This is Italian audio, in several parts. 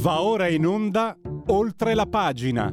Va ora in onda Oltre la pagina.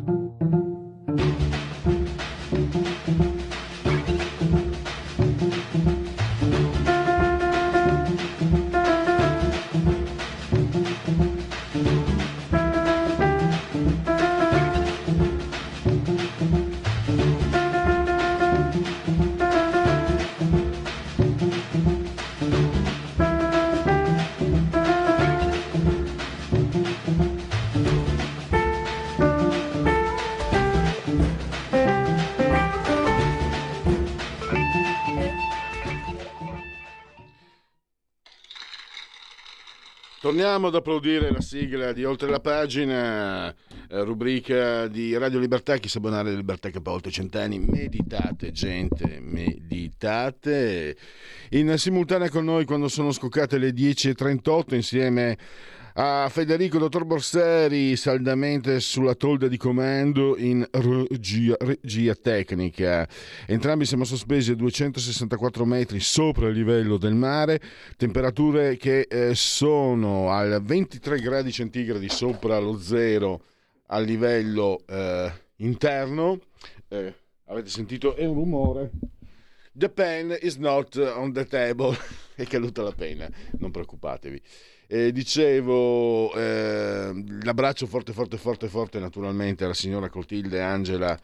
Torniamo ad applaudire la sigla di Oltre la pagina, rubrica di Radio Libertà. Chi sa abbonare la libertà che porta cent'anni. Meditate, gente, meditate. In simultanea con noi, quando sono scoccate le 10:38, insieme a Federico Dottor Borseri, saldamente sulla tolda di comando in regia tecnica. Entrambi siamo sospesi a 264 metri sopra il livello del mare, temperature che sono al 23 gradi centigradi sopra lo zero a livello interno. Avete sentito? È un rumore. The pen is not on the table. È caduta la penna, non preoccupatevi. Dicevo, l'abbraccio forte naturalmente alla signora Clotilde Angela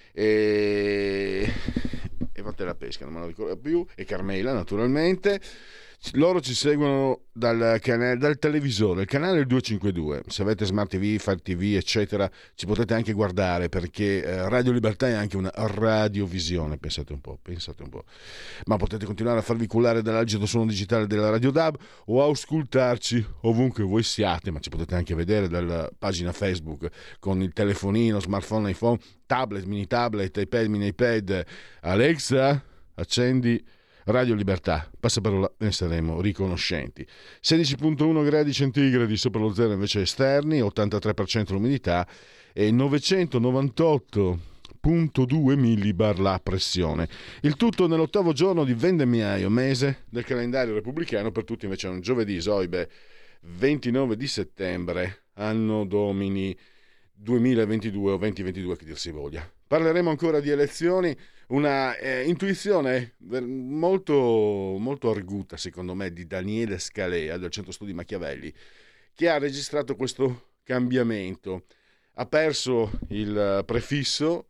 e Vatte la Pesca, non me lo ricordo più, e Carmela naturalmente. Loro ci seguono dal televisore, il canale 252. Se avete Smart TV, Fire TV eccetera, ci potete anche guardare, perché Radio Libertà è anche una radiovisione, pensate un po'. Ma potete continuare a farvi cullare dall'algido suono digitale della Radio DAB o a ascoltarci ovunque voi siate, ma ci potete anche vedere dalla pagina Facebook con il telefonino, smartphone, iPhone, tablet, mini tablet, iPad, mini iPad. Alexa, accendi Radio Libertà, passaparola, ne saremo riconoscenti. 16.1 gradi centigradi sopra lo zero invece esterni, 83% l'umidità e 998.2 millibar la pressione. Il tutto nell'8° giorno di Vendemmiaio, mese del calendario repubblicano. Per tutti invece è un giovedì, Soibe, 29 di settembre, anno domini 2022 o 2022 che dir si voglia. Parleremo ancora di elezioni, una intuizione molto, molto arguta secondo me di Daniele Scalea del Centro Studi Machiavelli, che ha registrato questo cambiamento. Ha perso il prefisso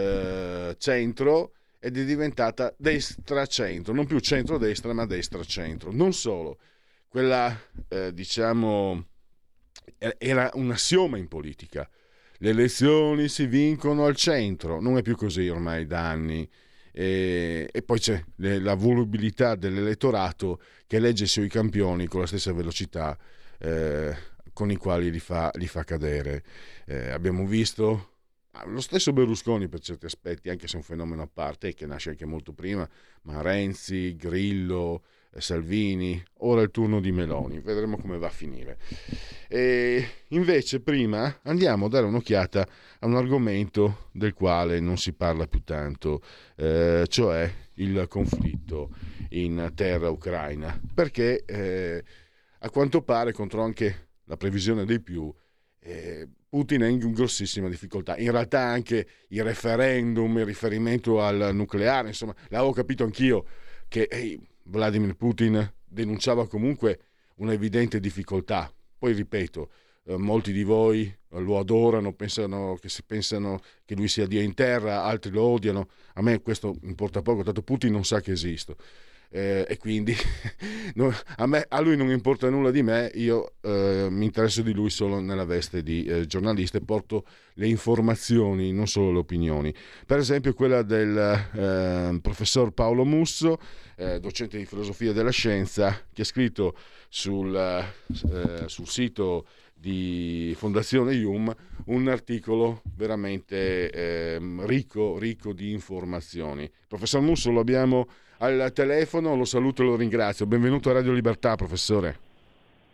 centro ed è diventata destra-centro, non più centro-destra ma destra-centro. Non solo, quella diciamo era un assioma in politica. Le elezioni si vincono al centro, non è più così ormai da anni, e poi c'è la volubilità dell'elettorato che legge i suoi campioni con la stessa velocità con i quali li fa cadere. Abbiamo visto lo stesso Berlusconi per certi aspetti, anche se è un fenomeno a parte che nasce anche molto prima, ma Renzi, Grillo, Salvini, ora è il turno di Meloni, vedremo come va a finire. E invece prima andiamo a dare un'occhiata a un argomento del quale non si parla più tanto, cioè il conflitto in terra ucraina, perché a quanto pare, contro anche la previsione dei più, Putin è in grossissima difficoltà. In realtà anche il referendum, il riferimento al nucleare, insomma, l'avevo capito anch'io che Vladimir Putin denunciava comunque un'evidente difficoltà. Poi ripeto, molti di voi lo adorano, pensano che lui sia Dio in terra, altri lo odiano. A me questo importa poco, tanto Putin non sa che esisto. E quindi a lui non importa nulla di me, io mi interesso di lui solo nella veste di giornalista e porto le informazioni, non solo le opinioni. Per esempio quella del professor Paolo Musso, docente di filosofia della scienza, che ha scritto sul sito di Fondazione IUM un articolo veramente ricco di informazioni. Professor Musso lo abbiamo al telefono, lo saluto e lo ringrazio. Benvenuto a Radio Libertà, professore.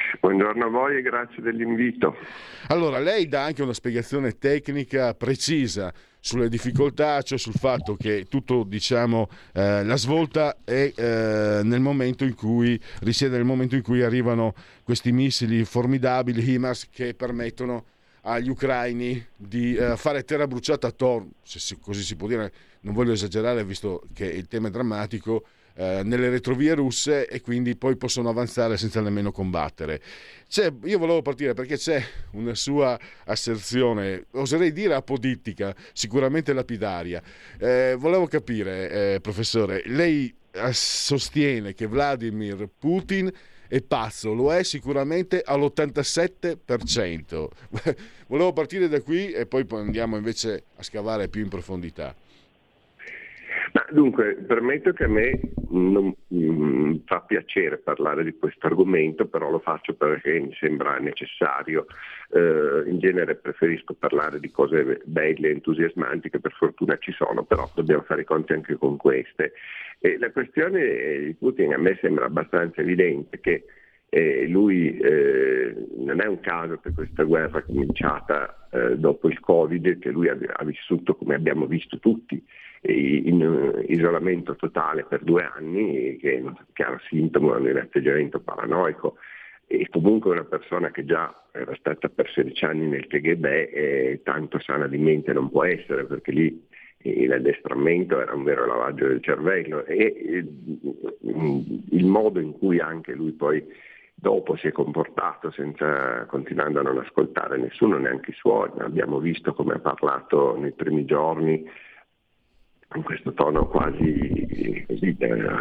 Buongiorno a voi e grazie dell'invito. Allora, lei dà anche una spiegazione tecnica precisa sulle difficoltà, cioè sul fatto che tutto, diciamo, la svolta è nel momento in cui risiede nel momento in cui arrivano questi missili formidabili HIMARS che permettono agli ucraini di fare terra bruciata attorno, se così si può dire, non voglio esagerare visto che il tema è drammatico, nelle retrovie russe, e quindi poi possono avanzare senza nemmeno combattere. Io volevo partire perché c'è una sua asserzione, oserei dire apodittica, sicuramente lapidaria. Volevo capire, professore, lei sostiene che Vladimir Putin è pazzo, lo è sicuramente all'87%. Volevo partire da qui e poi andiamo invece a scavare più in profondità. Ma dunque, permetto che a me non fa piacere parlare di questo argomento, però lo faccio perché mi sembra necessario. In genere preferisco parlare di cose belle, entusiasmanti, che per fortuna ci sono, però dobbiamo fare i conti anche con queste. E la questione di Putin a me sembra abbastanza evidente che lui non è un caso che questa guerra è cominciata dopo il Covid, che lui ha vissuto, come abbiamo visto tutti, in isolamento totale per 2 anni, che è un chiaro sintomo di un atteggiamento paranoico, e comunque una persona che già era stata per 16 anni nel KGB, tanto sana di mente non può essere, perché lì l'addestramento era un vero lavaggio del cervello, e il modo in cui anche lui poi dopo si è comportato, continuando a non ascoltare nessuno, neanche i suoi. Abbiamo visto come ha parlato nei primi giorni, con questo tono quasi così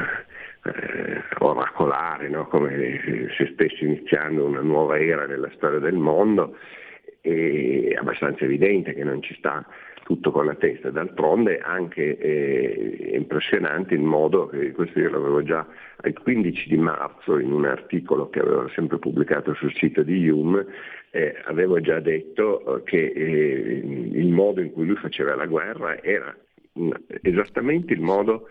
oracolare, no? Come se stesse iniziando una nuova era nella storia del mondo. È abbastanza evidente che non ci sta tutto con la testa. D'altronde anche è impressionante il modo che, questo io l'avevo già il 15 di marzo in un articolo che avevo sempre pubblicato sul sito di Hume, avevo già detto che il modo in cui lui faceva la guerra era esattamente il modo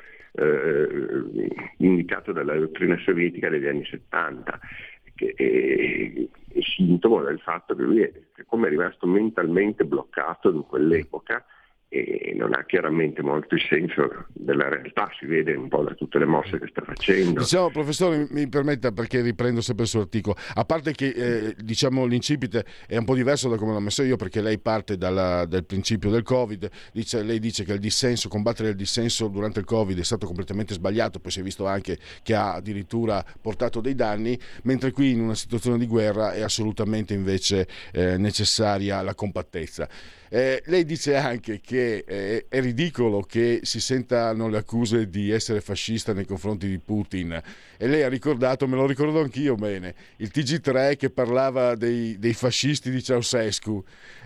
indicato dalla dottrina sovietica degli anni 70, che è sintomo del fatto che lui è come rimasto mentalmente bloccato in quell'epoca e non ha chiaramente molto il senso della realtà, si vede un po' da tutte le mosse che sta facendo. Diciamo, professore, mi permetta, perché riprendo sempre il suo articolo, a parte che diciamo l'incipit è un po' diverso da come l'ho messo io, perché lei parte dal principio del Covid, lei dice che il dissenso, combattere il dissenso durante il Covid è stato completamente sbagliato, poi si è visto anche che ha addirittura portato dei danni, mentre qui in una situazione di guerra è assolutamente invece necessaria la compattezza. Lei dice anche che è ridicolo che si sentano le accuse di essere fascista nei confronti di Putin, e lei ha ricordato, me lo ricordo anch'io bene, il TG3 che parlava dei fascisti di Ceausescu.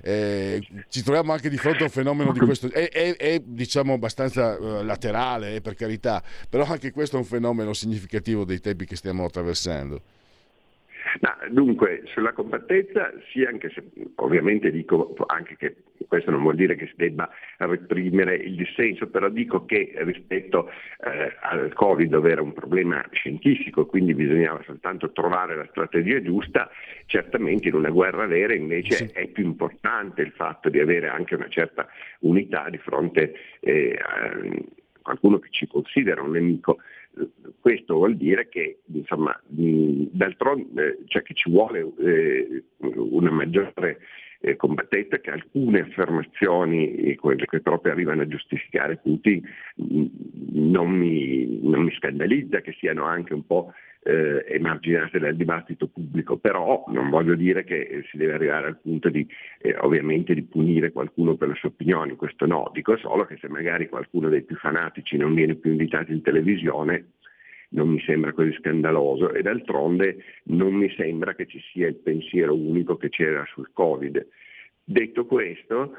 Ci troviamo anche di fronte a un fenomeno di questo, è diciamo abbastanza laterale, per carità, però anche questo è un fenomeno significativo dei tempi che stiamo attraversando. No, dunque, sulla compattezza, sì, anche se ovviamente dico anche che questo non vuol dire che si debba reprimere il dissenso, però dico che rispetto al Covid, dove era un problema scientifico, quindi bisognava soltanto trovare la strategia giusta, certamente in una guerra vera invece sì, è più importante il fatto di avere anche una certa unità di fronte a qualcuno che ci considera un nemico. Questo vuol dire che insomma d'altronde cioè che ci vuole una maggiore combattenza, che alcune affermazioni, quelle che proprio arrivano a giustificare Putin, non mi scandalizza che siano anche un po' emarginate dal dibattito pubblico, però non voglio dire che si deve arrivare al punto di ovviamente di punire qualcuno per le sue opinioni, questo no, dico solo che se magari qualcuno dei più fanatici non viene più invitato in televisione non mi sembra così scandaloso, e d'altronde non mi sembra che ci sia il pensiero unico che c'era sul Covid. Detto questo,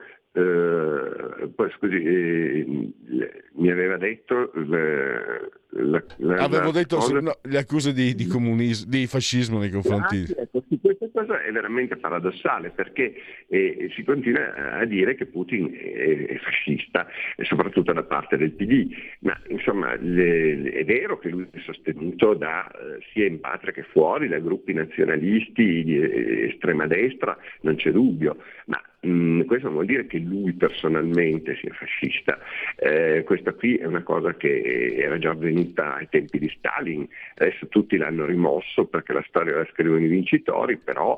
poi scusi, mi aveva detto avevo detto le accuse di comunismo, di fascismo nei confronti. Ecco, su questa cosa è veramente paradossale, perché si continua a dire che Putin è fascista, e soprattutto da parte del PD, ma insomma è vero che lui è sostenuto sia in patria che fuori da gruppi nazionalisti di estrema destra, non c'è dubbio, ma questo non vuol dire che lui personalmente sia fascista. Questa qui è una cosa che era già avvenuta ai tempi di Stalin, adesso tutti l'hanno rimosso perché la storia la scrivono i vincitori, però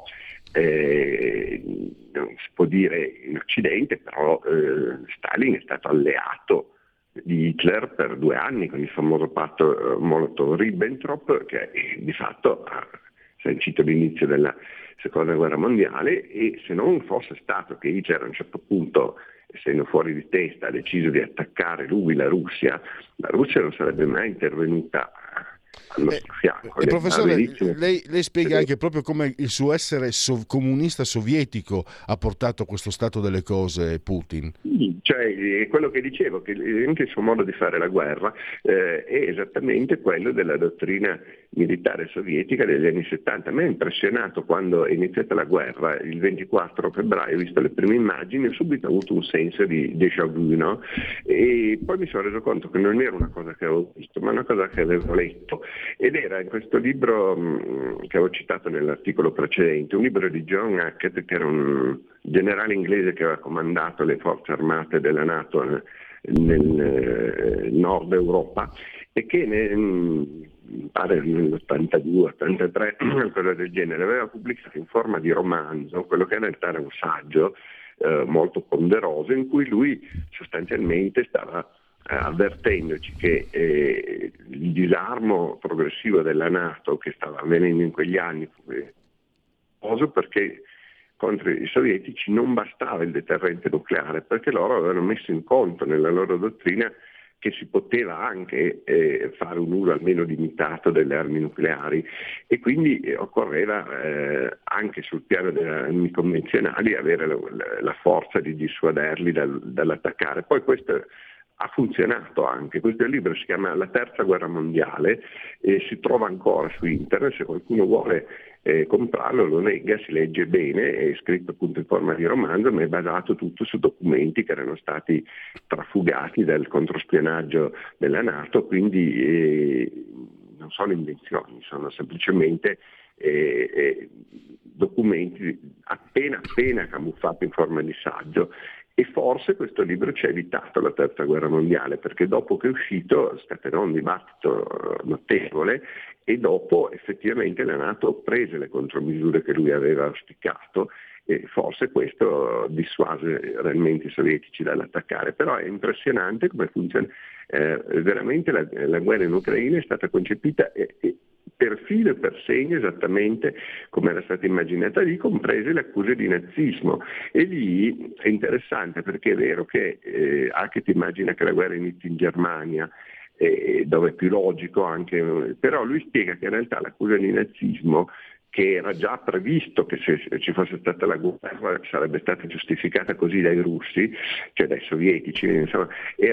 non si può dire in Occidente, però Stalin è stato alleato di Hitler per 2 anni con il famoso patto Molotov-Ribbentrop, che di fatto ha sancito l'inizio della Seconda Guerra Mondiale, e se non fosse stato che Hitler a un certo punto, essendo fuori di testa, ha deciso di attaccare lui la Russia non sarebbe mai intervenuta al nostro fianco. Professore, lei spiega anche proprio come il suo essere comunista sovietico ha portato a questo stato delle cose Putin. Cioè, quello che dicevo, che anche il suo modo di fare la guerra è esattamente quello della dottrina militare sovietica degli anni 70. A me è impressionato quando è iniziata la guerra, il 24 febbraio, ho visto le prime immagini, ho subito avuto un senso di déjà vu, no? E poi mi sono reso conto che non era una cosa che avevo visto, ma una cosa che avevo letto, ed era in questo libro che avevo citato nell'articolo precedente, un libro di John Hackett, che era un generale inglese che aveva comandato le forze armate della NATO nel nord Europa, e che pare nell'82-83, qualcosa del genere, aveva pubblicato in forma di romanzo quello che in realtà era un saggio molto ponderoso, in cui lui sostanzialmente stava avvertendoci che il disarmo progressivo della NATO che stava avvenendo in quegli anni perché contro i sovietici non bastava il deterrente nucleare, perché loro avevano messo in conto nella loro dottrina che si poteva anche fare un uso almeno limitato delle armi nucleari, e quindi occorreva anche sul piano delle armi convenzionali avere la forza di dissuaderli dall'attaccare. Poi questo ha funzionato anche. Questo libro si chiama La Terza Guerra Mondiale e si trova ancora su internet, se qualcuno vuole comprarlo lo legga, si legge bene, è scritto appunto in forma di romanzo, ma è basato tutto su documenti che erano stati trafugati dal controspionaggio della NATO, quindi non sono invenzioni, sono semplicemente documenti appena camuffati in forma di saggio. E forse questo libro ci ha evitato la Terza Guerra Mondiale, perché dopo che è uscito scatenò un dibattito notevole, e dopo effettivamente la NATO prese le contromisure che lui aveva auspicato, e forse questo dissuase realmente i sovietici dall'attaccare. Però è impressionante come funziona. Veramente la guerra in Ucraina è stata concepita per filo e per segno esattamente come era stata immaginata lì, comprese le accuse di nazismo. E lì è interessante, perché è vero che Hackett immagina che la guerra inizi in Germania, dove è più logico anche, però lui spiega che in realtà l'accusa di nazismo, che era già previsto che se ci fosse stata la guerra sarebbe stata giustificata così dai russi, cioè dai sovietici, insomma,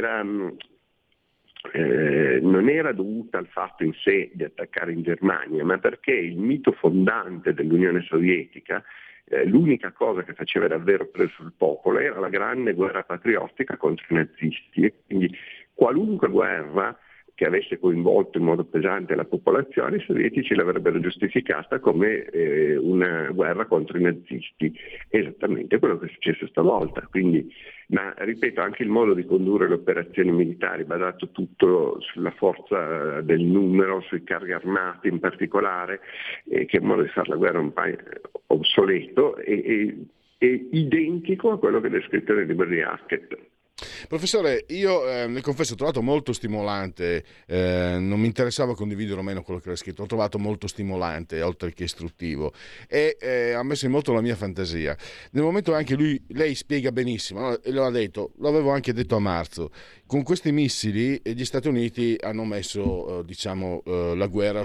non era dovuta al fatto in sé di attaccare in Germania, ma perché il mito fondante dell'Unione Sovietica, l'unica cosa che faceva davvero preso sul popolo era la grande guerra patriottica contro i nazisti, e quindi qualunque guerra che avesse coinvolto in modo pesante la popolazione, i sovietici l'avrebbero giustificata come una guerra contro i nazisti. Esattamente quello che è successo stavolta. Quindi, ma ripeto, anche il modo di condurre le operazioni militari, basato tutto sulla forza del numero, sui carri armati in particolare, che è un modo di fare la guerra un po' obsoleto e identico a quello che è descritto nel libro di Hackett. Professore, io le confesso, ho trovato molto stimolante, non mi interessava condividere o meno quello che era scritto, ho trovato molto stimolante, oltre che istruttivo, e ha messo in moto la mia fantasia. Nel momento anche lei spiega benissimo, no? E lo ha detto, l'avevo anche detto a marzo, con questi missili gli Stati Uniti hanno messo la guerra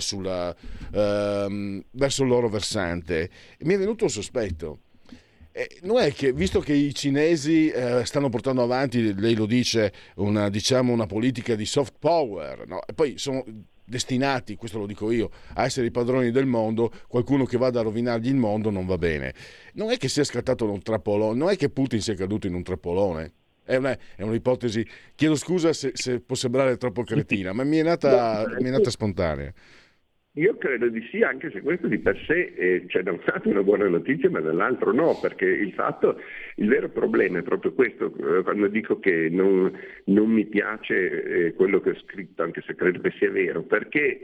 verso il loro versante. E mi è venuto un sospetto. Non è che, visto che i cinesi stanno portando avanti, lei lo dice, una politica di soft power, no? E poi destinati, questo lo dico io, a essere i padroni del mondo, qualcuno che vada a rovinargli il mondo non va bene. Non è che sia scattato un trappolone, non è che Putin sia caduto in un trappolone. È un'ipotesi, chiedo scusa se può sembrare troppo cretina, ma mi è nata spontanea. Io credo di sì, anche se questo di per sé c'è da un lato una buona notizia, ma dall'altro no, perché il vero problema è proprio questo, quando dico che non mi piace quello che ho scritto, anche se credo che sia vero, perché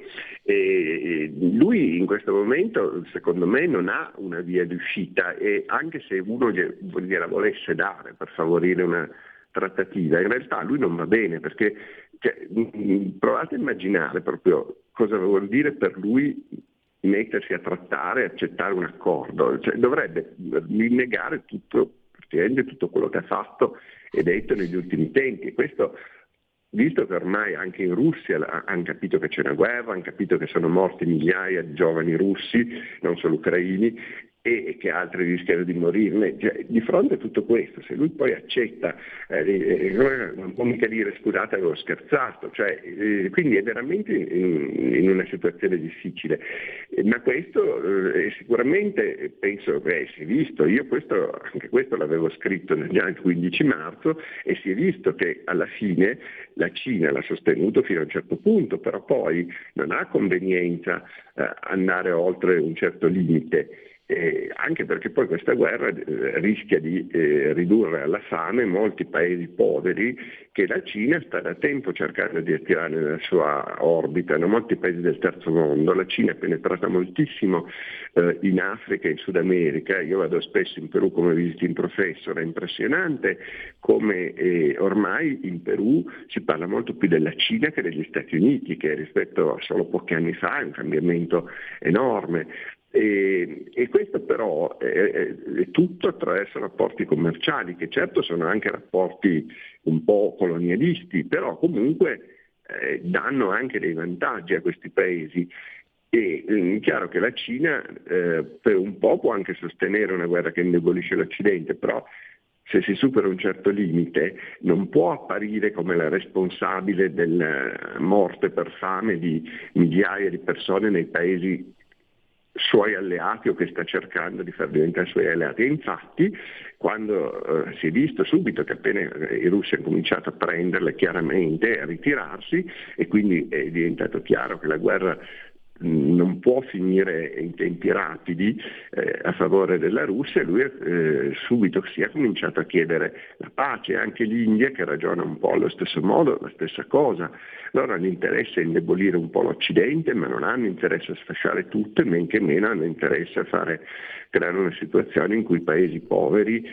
lui in questo momento, secondo me, non ha una via di uscita, e anche se uno gliela volesse dare per favorire una trattativa, in realtà lui non va bene, perché provate a immaginare proprio cosa vuol dire per lui mettersi a trattare, accettare un accordo, cioè, dovrebbe rinnegare praticamente tutto quello che ha fatto e detto negli ultimi tempi, e questo visto che ormai anche in Russia hanno capito che c'è una guerra, hanno capito che sono morti migliaia di giovani russi, non solo ucraini, e che altri rischiano di morirne. Cioè, di fronte a tutto questo, se lui poi accetta, non può mica dire scusate avevo scherzato, quindi è veramente in una situazione difficile. Ma questo sicuramente penso che si è visto, anche questo l'avevo scritto già il 15 marzo, e si è visto che alla fine la Cina l'ha sostenuto fino a un certo punto, però poi non ha convenienza andare oltre un certo limite. Anche perché poi questa guerra rischia di ridurre alla fame molti paesi poveri che la Cina sta da tempo cercando di attirare nella sua orbita, molti paesi del terzo mondo. La Cina è penetrata moltissimo in Africa e in Sud America, io vado spesso in Perù come visiting professor, è impressionante come ormai in Perù si parla molto più della Cina che degli Stati Uniti, che rispetto a solo pochi anni fa è un cambiamento enorme. E questo però è tutto attraverso rapporti commerciali, che certo sono anche rapporti un po' colonialisti, però comunque danno anche dei vantaggi a questi paesi. E è chiaro che la Cina per un po' può anche sostenere una guerra che indebolisce l'Occidente, però se si supera un certo limite non può apparire come la responsabile della morte per fame di migliaia di persone nei paesi suoi alleati o che sta cercando di far diventare suoi alleati. E infatti quando si è visto subito che appena i russi hanno cominciato a prenderle chiaramente, a ritirarsi, e quindi è diventato chiaro che la guerra non può finire in tempi rapidi a favore della Russia, lui subito si è cominciato a chiedere la pace. Anche l'India, che ragiona un po' allo stesso modo, la stessa cosa. Loro hanno interesse a indebolire un po' l'Occidente, ma non hanno interesse a sfasciare tutto, e men che meno hanno interesse a creare una situazione in cui i paesi poveri,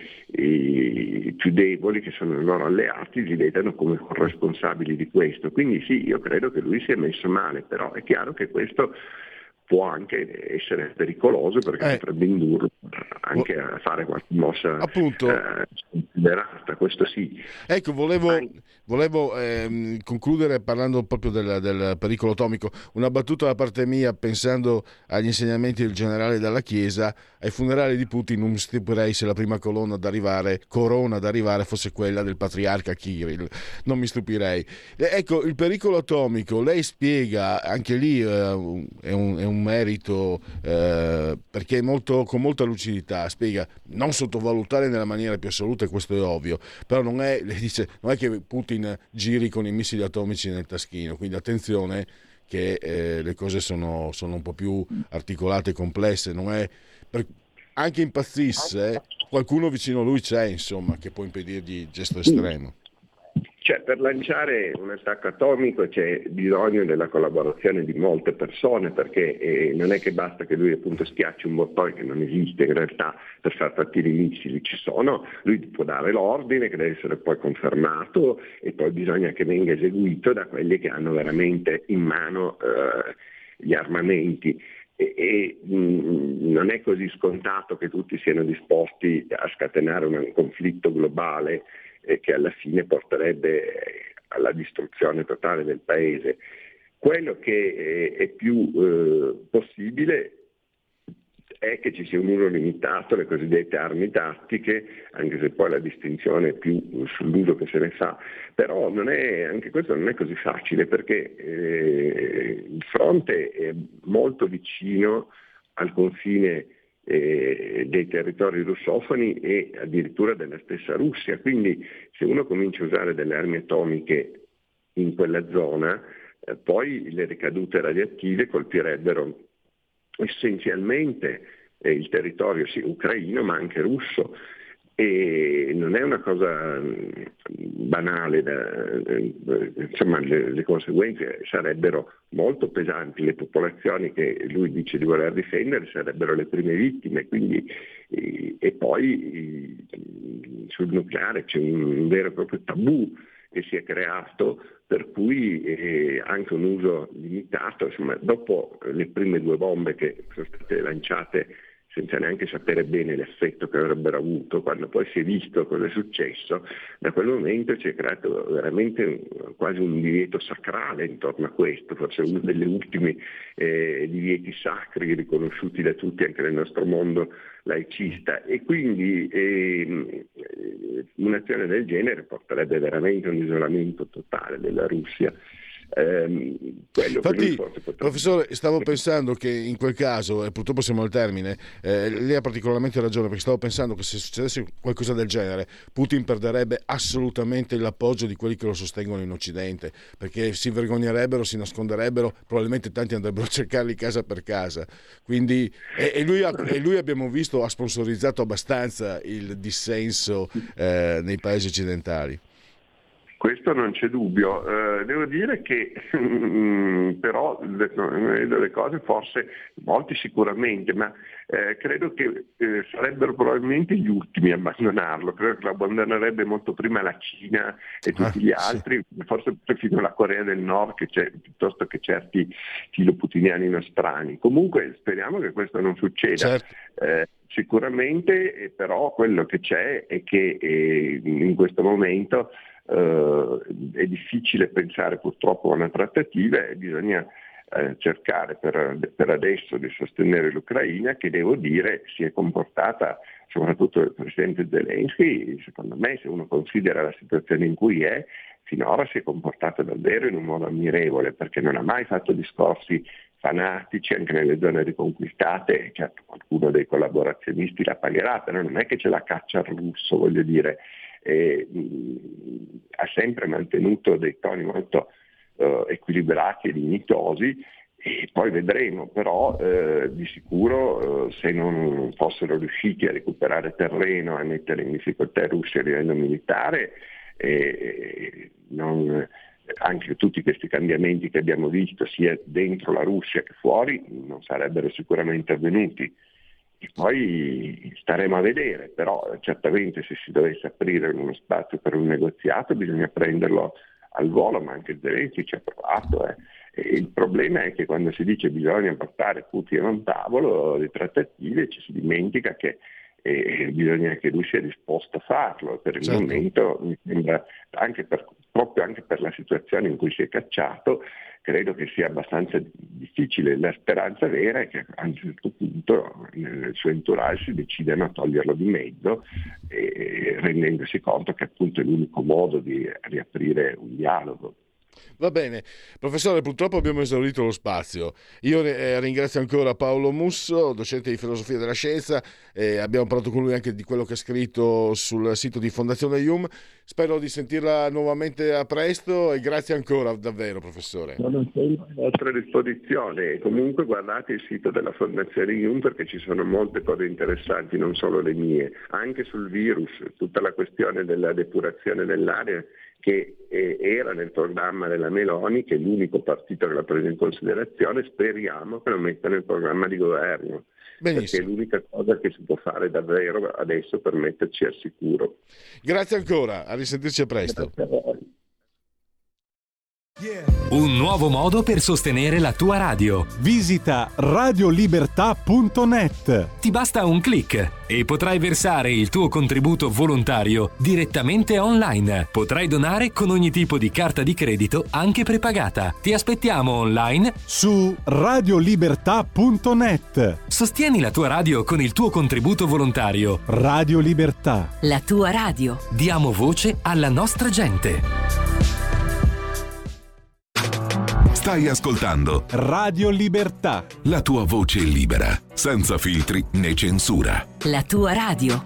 i più deboli, che sono i loro alleati, li vedano come corresponsabili di questo. Quindi sì, io credo che lui sia messo male, però è chiaro che questo può anche essere pericoloso, perché potrebbe indurlo anche a fare qualche mossa considerata, questo sì. Ecco, volevo concludere parlando proprio del pericolo atomico. Una battuta da parte mia, pensando agli insegnamenti del generale della Chiesa: ai funerali di Putin non mi stupirei se la prima corona ad arrivare fosse quella del patriarca Kirill, non mi stupirei. Ecco, il pericolo atomico, lei spiega, anche lì è un merito, perché con molta lucidità spiega: non sottovalutare nella maniera più assoluta, e questo è ovvio, però lei dice, non è che Putin giri con i missili atomici nel taschino, quindi attenzione che le cose sono un po' più articolate e complesse, non è anche impazzisse, qualcuno vicino a lui c'è, insomma, che può impedirgli il gesto estremo. Cioè, per lanciare un attacco atomico c'è bisogno della collaborazione di molte persone, perché non è che basta che lui appunto schiacci un bottone, che non esiste in realtà, per far partire i missili. Lui può dare l'ordine, che deve essere poi confermato, e poi bisogna che venga eseguito da quelli che hanno veramente in mano gli armamenti. Non è così scontato che tutti siano disposti a scatenare un conflitto globale che alla fine porterebbe alla distruzione totale del paese. Quello che è più possibile è che ci sia un uso limitato, le cosiddette armi tattiche, anche se poi la distinzione è più sull'uso che se ne fa, però anche questo non è così facile, perché fronte è molto vicino al confine dei territori russofoni e addirittura della stessa Russia, quindi se uno comincia a usare delle armi atomiche in quella zona, poi le ricadute radioattive colpirebbero essenzialmente il territorio ucraino ma anche russo, e non è una cosa banale, insomma le conseguenze sarebbero molto pesanti, le popolazioni che lui dice di voler difendere sarebbero le prime vittime, quindi, e poi sul nucleare c'è un vero e proprio tabù che si è creato, per cui anche un uso limitato, insomma, dopo le prime 2 bombe che sono state lanciate senza neanche sapere bene l'effetto che avrebbero avuto, quando poi si è visto cosa è successo, da quel momento si è creato veramente quasi un divieto sacrale intorno a questo, forse uno degli ultimi divieti sacri riconosciuti da tutti anche nel nostro mondo laicista, e quindi un'azione del genere porterebbe veramente a un isolamento totale della Russia. Infatti, professore, stavo pensando che in quel caso, e purtroppo siamo al termine, lei ha particolarmente ragione, perché stavo pensando che se succedesse qualcosa del genere Putin perderebbe assolutamente l'appoggio di quelli che lo sostengono in Occidente, perché si vergognerebbero, si nasconderebbero, probabilmente tanti andrebbero a cercarli casa per casa, quindi e lui abbiamo visto ha sponsorizzato abbastanza il dissenso nei paesi occidentali. Questo non c'è dubbio, devo dire che però le cose forse, molti sicuramente, ma credo che sarebbero probabilmente gli ultimi a abbandonarlo, credo che lo abbandonerebbe molto prima la Cina e tutti gli altri, forse perfino la Corea del Nord piuttosto che certi filoputiniani nostrani. Comunque speriamo che questo non succeda. Certo. Sicuramente però quello che c'è è che in questo momento è difficile pensare purtroppo a una trattativa e bisogna cercare per adesso di sostenere l'Ucraina, che devo dire si è comportata, soprattutto il presidente Zelensky, secondo me, se uno considera la situazione in cui è, finora si è comportata davvero in un modo ammirevole, perché non ha mai fatto discorsi fanatici anche nelle zone riconquistate. Certo, qualcuno dei collaborazionisti l'ha pagherà, però non è che c'è la caccia al russo, voglio dire. Ha sempre mantenuto dei toni molto equilibrati e dignitosi, e poi vedremo, però di sicuro se non fossero riusciti a recuperare terreno e a mettere in difficoltà i russi a livello militare, anche tutti questi cambiamenti che abbiamo visto sia dentro la Russia che fuori non sarebbero sicuramente avvenuti. E poi staremo a vedere, però certamente se si dovesse aprire uno spazio per un negoziato bisogna prenderlo al volo, ma anche Zelensky ci ha provato. E il problema è che quando si dice bisogna portare Putin a un tavolo di trattative ci si dimentica che bisogna che lui sia disposto a farlo. Per il momento mi sembra, proprio anche per la situazione in cui si è cacciato, credo che sia abbastanza difficile. La speranza vera è che a un certo punto nel suo entourage si decidano a toglierlo di mezzo, rendendosi conto che appunto è l'unico modo di riaprire un dialogo. Va bene, professore, purtroppo abbiamo esaurito lo spazio. Io ringrazio ancora Paolo Musso, docente di filosofia della scienza, abbiamo parlato con lui anche di quello che ha scritto sul sito di Fondazione IUM. Spero di sentirla nuovamente a presto e grazie ancora davvero, professore. Non sei a vostra disposizione. Comunque guardate il sito della Fondazione IUM, perché ci sono molte cose interessanti, non solo le mie, anche sul virus, tutta la questione della depurazione dell'aria che era nel programma della Meloni, che è l'unico partito che l'ha preso in considerazione. Speriamo che lo metta nel programma di governo. Benissimo. Perché è l'unica cosa che si può fare davvero adesso per metterci al sicuro. Grazie ancora, a risentirci a presto. Grazie a voi. Un nuovo modo per sostenere la tua radio. Visita radiolibertà.net. Ti basta un click e potrai versare il tuo contributo volontario direttamente online. Potrai donare con ogni tipo di carta di credito, anche prepagata. Ti aspettiamo online su radiolibertà.net. Sostieni la tua radio con il tuo contributo volontario. Radio Libertà. La tua radio. Diamo voce alla nostra gente. Stai ascoltando Radio Libertà. la tua voce libera, senza filtri né censura. La tua radio.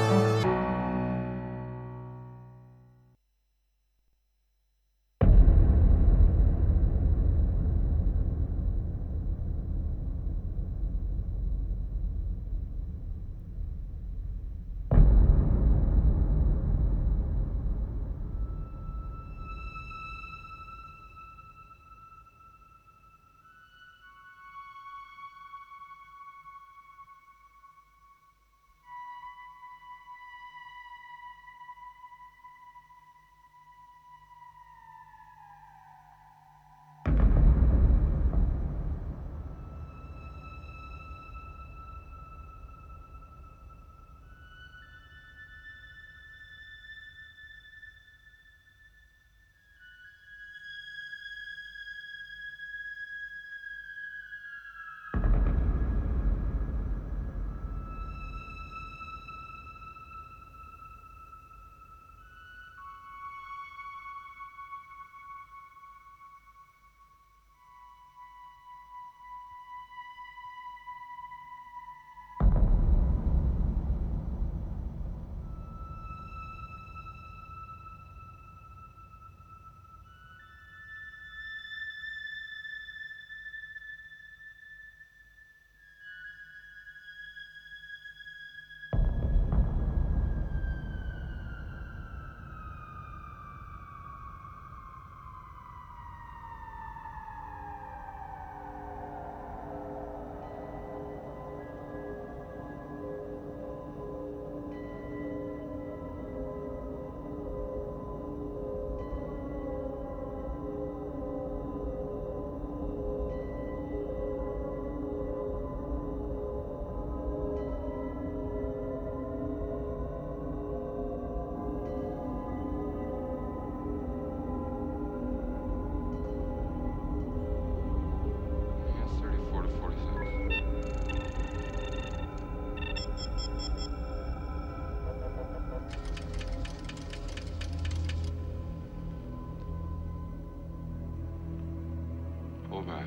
Pull back.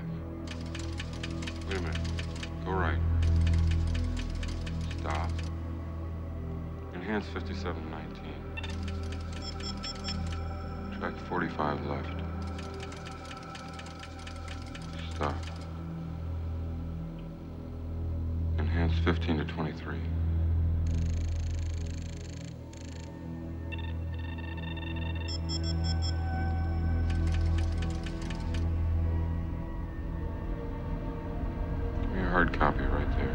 Wait a minute. Go right. Stop. Enhance 5719. Track 45 left. Stop. Enhance 15 to 23. Hard copy right there.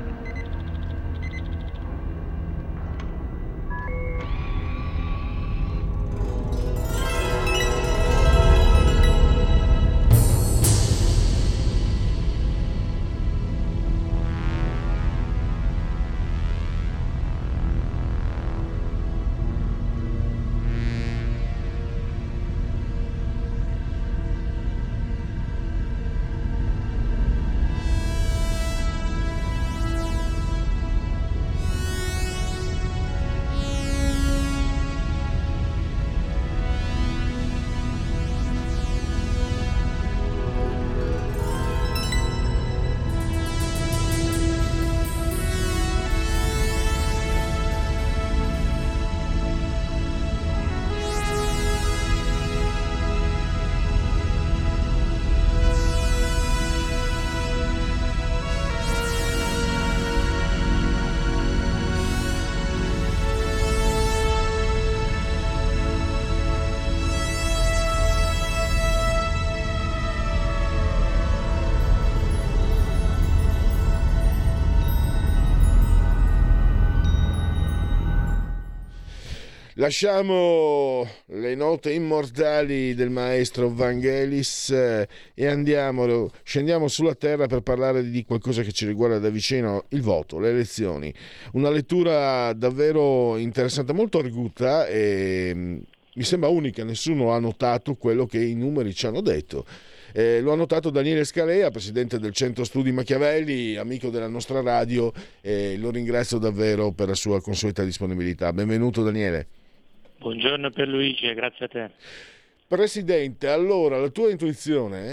Lasciamo le note immortali del maestro Vangelis e scendiamo sulla terra per parlare di qualcosa che ci riguarda da vicino, il voto, le elezioni. Una lettura davvero interessante, molto arguta e mi sembra unica, nessuno ha notato quello che i numeri ci hanno detto. Lo ha notato Daniele Scalea, presidente del Centro Studi Machiavelli, amico della nostra radio, e lo ringrazio davvero per la sua consueta disponibilità. Benvenuto Daniele. Buongiorno Pierluigi, grazie a te. Presidente, allora la tua intuizione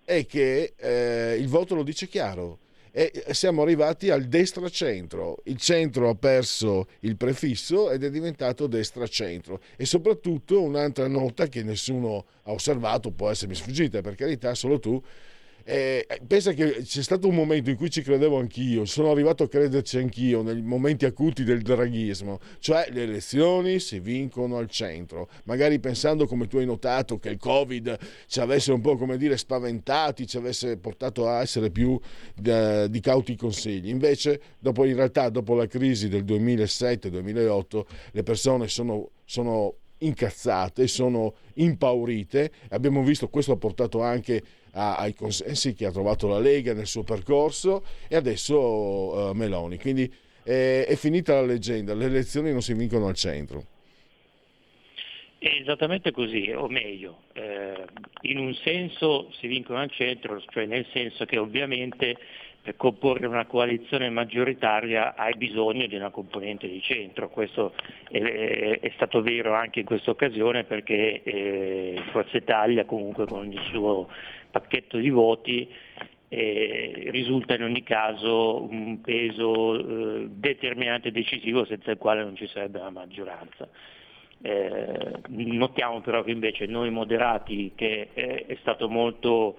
è che il voto lo dice chiaro. E siamo arrivati al destra-centro. Il centro ha perso il prefisso ed è diventato destra-centro. E soprattutto un'altra nota che nessuno ha osservato, può essermi sfuggita, per carità, solo tu. Pensa che c'è stato un momento in cui ci credevo anch'io, sono arrivato a crederci anch'io nei momenti acuti del draghismo, cioè le elezioni si vincono al centro, magari pensando, come tu hai notato, che il Covid ci avesse un po', come dire, spaventati, ci avesse portato a essere più di cauti consigli. Invece in realtà dopo la crisi del 2007-2008 le persone sono incazzate, sono impaurite. Abbiamo visto, questo ha portato anche ai consensi che ha trovato la Lega nel suo percorso, e adesso Meloni. Quindi è finita la leggenda, le elezioni non si vincono al centro. È esattamente così, o meglio, in un senso si vincono al centro, cioè nel senso che ovviamente per comporre una coalizione maggioritaria hai bisogno di una componente di centro. Questo è stato vero anche in questa occasione, perché Forza Italia comunque con il suo pacchetto di voti risulta in ogni caso un peso determinante e decisivo, senza il quale non ci sarebbe una maggioranza. Notiamo però che invece noi moderati, che è stato molto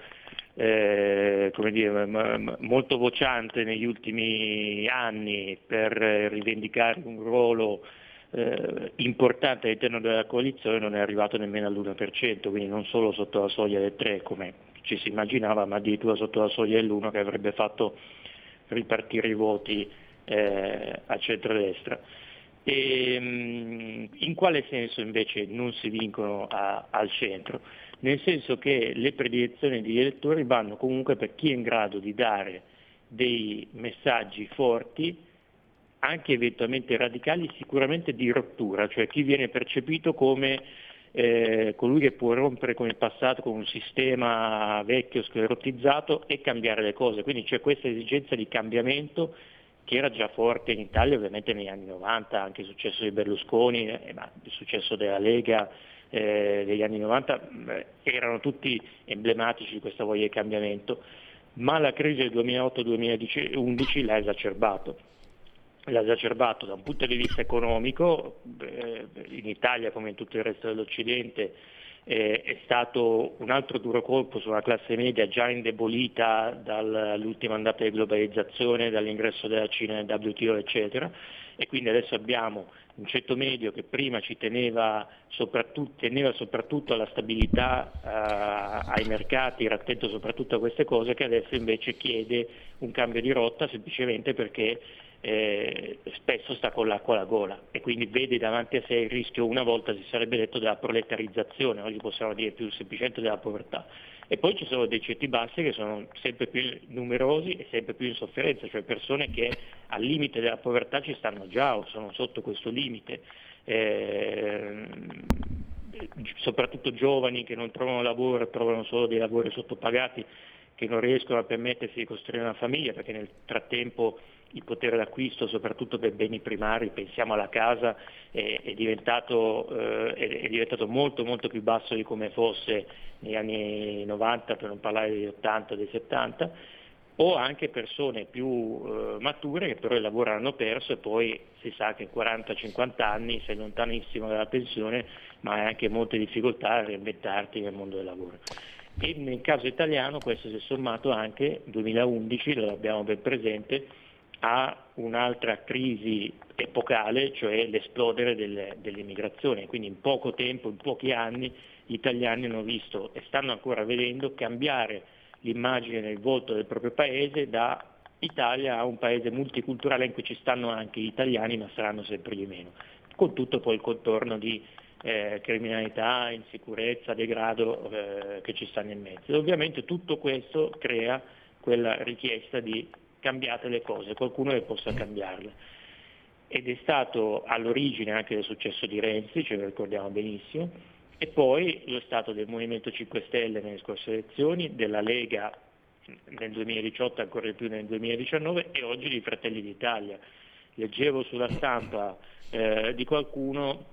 molto vociante negli ultimi anni per rivendicare un ruolo importante all'interno della coalizione, non è arrivato nemmeno all'1%, quindi non solo sotto la soglia del 3 come ci si immaginava, ma addirittura sotto la soglia dell'1, che avrebbe fatto ripartire i voti a centrodestra. In quale senso invece non si vincono al centro? Nel senso che le predilezioni degli elettori vanno comunque per chi è in grado di dare dei messaggi forti, anche eventualmente radicali, sicuramente di rottura, cioè chi viene percepito come colui che può rompere con il passato, con un sistema vecchio, sclerotizzato, e cambiare le cose. Quindi c'è questa esigenza di cambiamento che era già forte in Italia ovviamente negli anni 90, anche il successo di Berlusconi, ma il successo della Lega degli anni 90 erano tutti emblematici di questa voglia di cambiamento, ma la crisi del 2008-2011 l'ha esacerbato da un punto di vista economico. In Italia come in tutto il resto dell'Occidente è stato un altro duro colpo sulla classe media già indebolita dall'ultima ondata di globalizzazione, dall'ingresso della Cina nel WTO eccetera, e quindi adesso abbiamo un ceto medio che prima ci teneva soprattutto alla stabilità, ai mercati, era attento soprattutto a queste cose, che adesso invece chiede un cambio di rotta semplicemente perché spesso sta con l'acqua alla gola, e quindi vede davanti a sé il rischio, una volta si sarebbe detto, della proletarizzazione, oggi possiamo dire più semplicemente della povertà. E poi ci sono dei ceti bassi che sono sempre più numerosi e sempre più in sofferenza, cioè persone che al limite della povertà ci stanno già o sono sotto questo limite, soprattutto giovani che non trovano lavoro e trovano solo dei lavori sottopagati, che non riescono a permettersi di costruire una famiglia perché nel frattempo il potere d'acquisto, soprattutto per beni primari, pensiamo alla casa, è diventato molto molto più basso di come fosse negli anni 90, per non parlare degli 80, dei 70, o anche persone più mature che però il lavoro hanno perso, e poi si sa che 40-50 anni sei lontanissimo dalla pensione, ma hai anche molte difficoltà a reinventarti nel mondo del lavoro. E nel caso italiano questo si è sommato anche, 2011, lo abbiamo ben presente, a un'altra crisi epocale, cioè l'esplodere dell'immigrazione. Quindi in poco tempo, in pochi anni, gli italiani hanno visto e stanno ancora vedendo cambiare l'immagine nel volto del proprio paese, da Italia a un paese multiculturale in cui ci stanno anche gli italiani, ma saranno sempre di meno, con tutto poi il contorno di criminalità, insicurezza, degrado che ci sta nel mezzo. E ovviamente tutto questo crea quella richiesta di cambiate le cose, qualcuno che possa cambiarle. Ed è stato all'origine anche del successo di Renzi, ce lo ricordiamo benissimo, e poi lo stato del Movimento 5 Stelle nelle scorse elezioni, della Lega nel 2018 ancora di più nel 2019, e oggi di Fratelli d'Italia. Leggevo sulla stampa di qualcuno,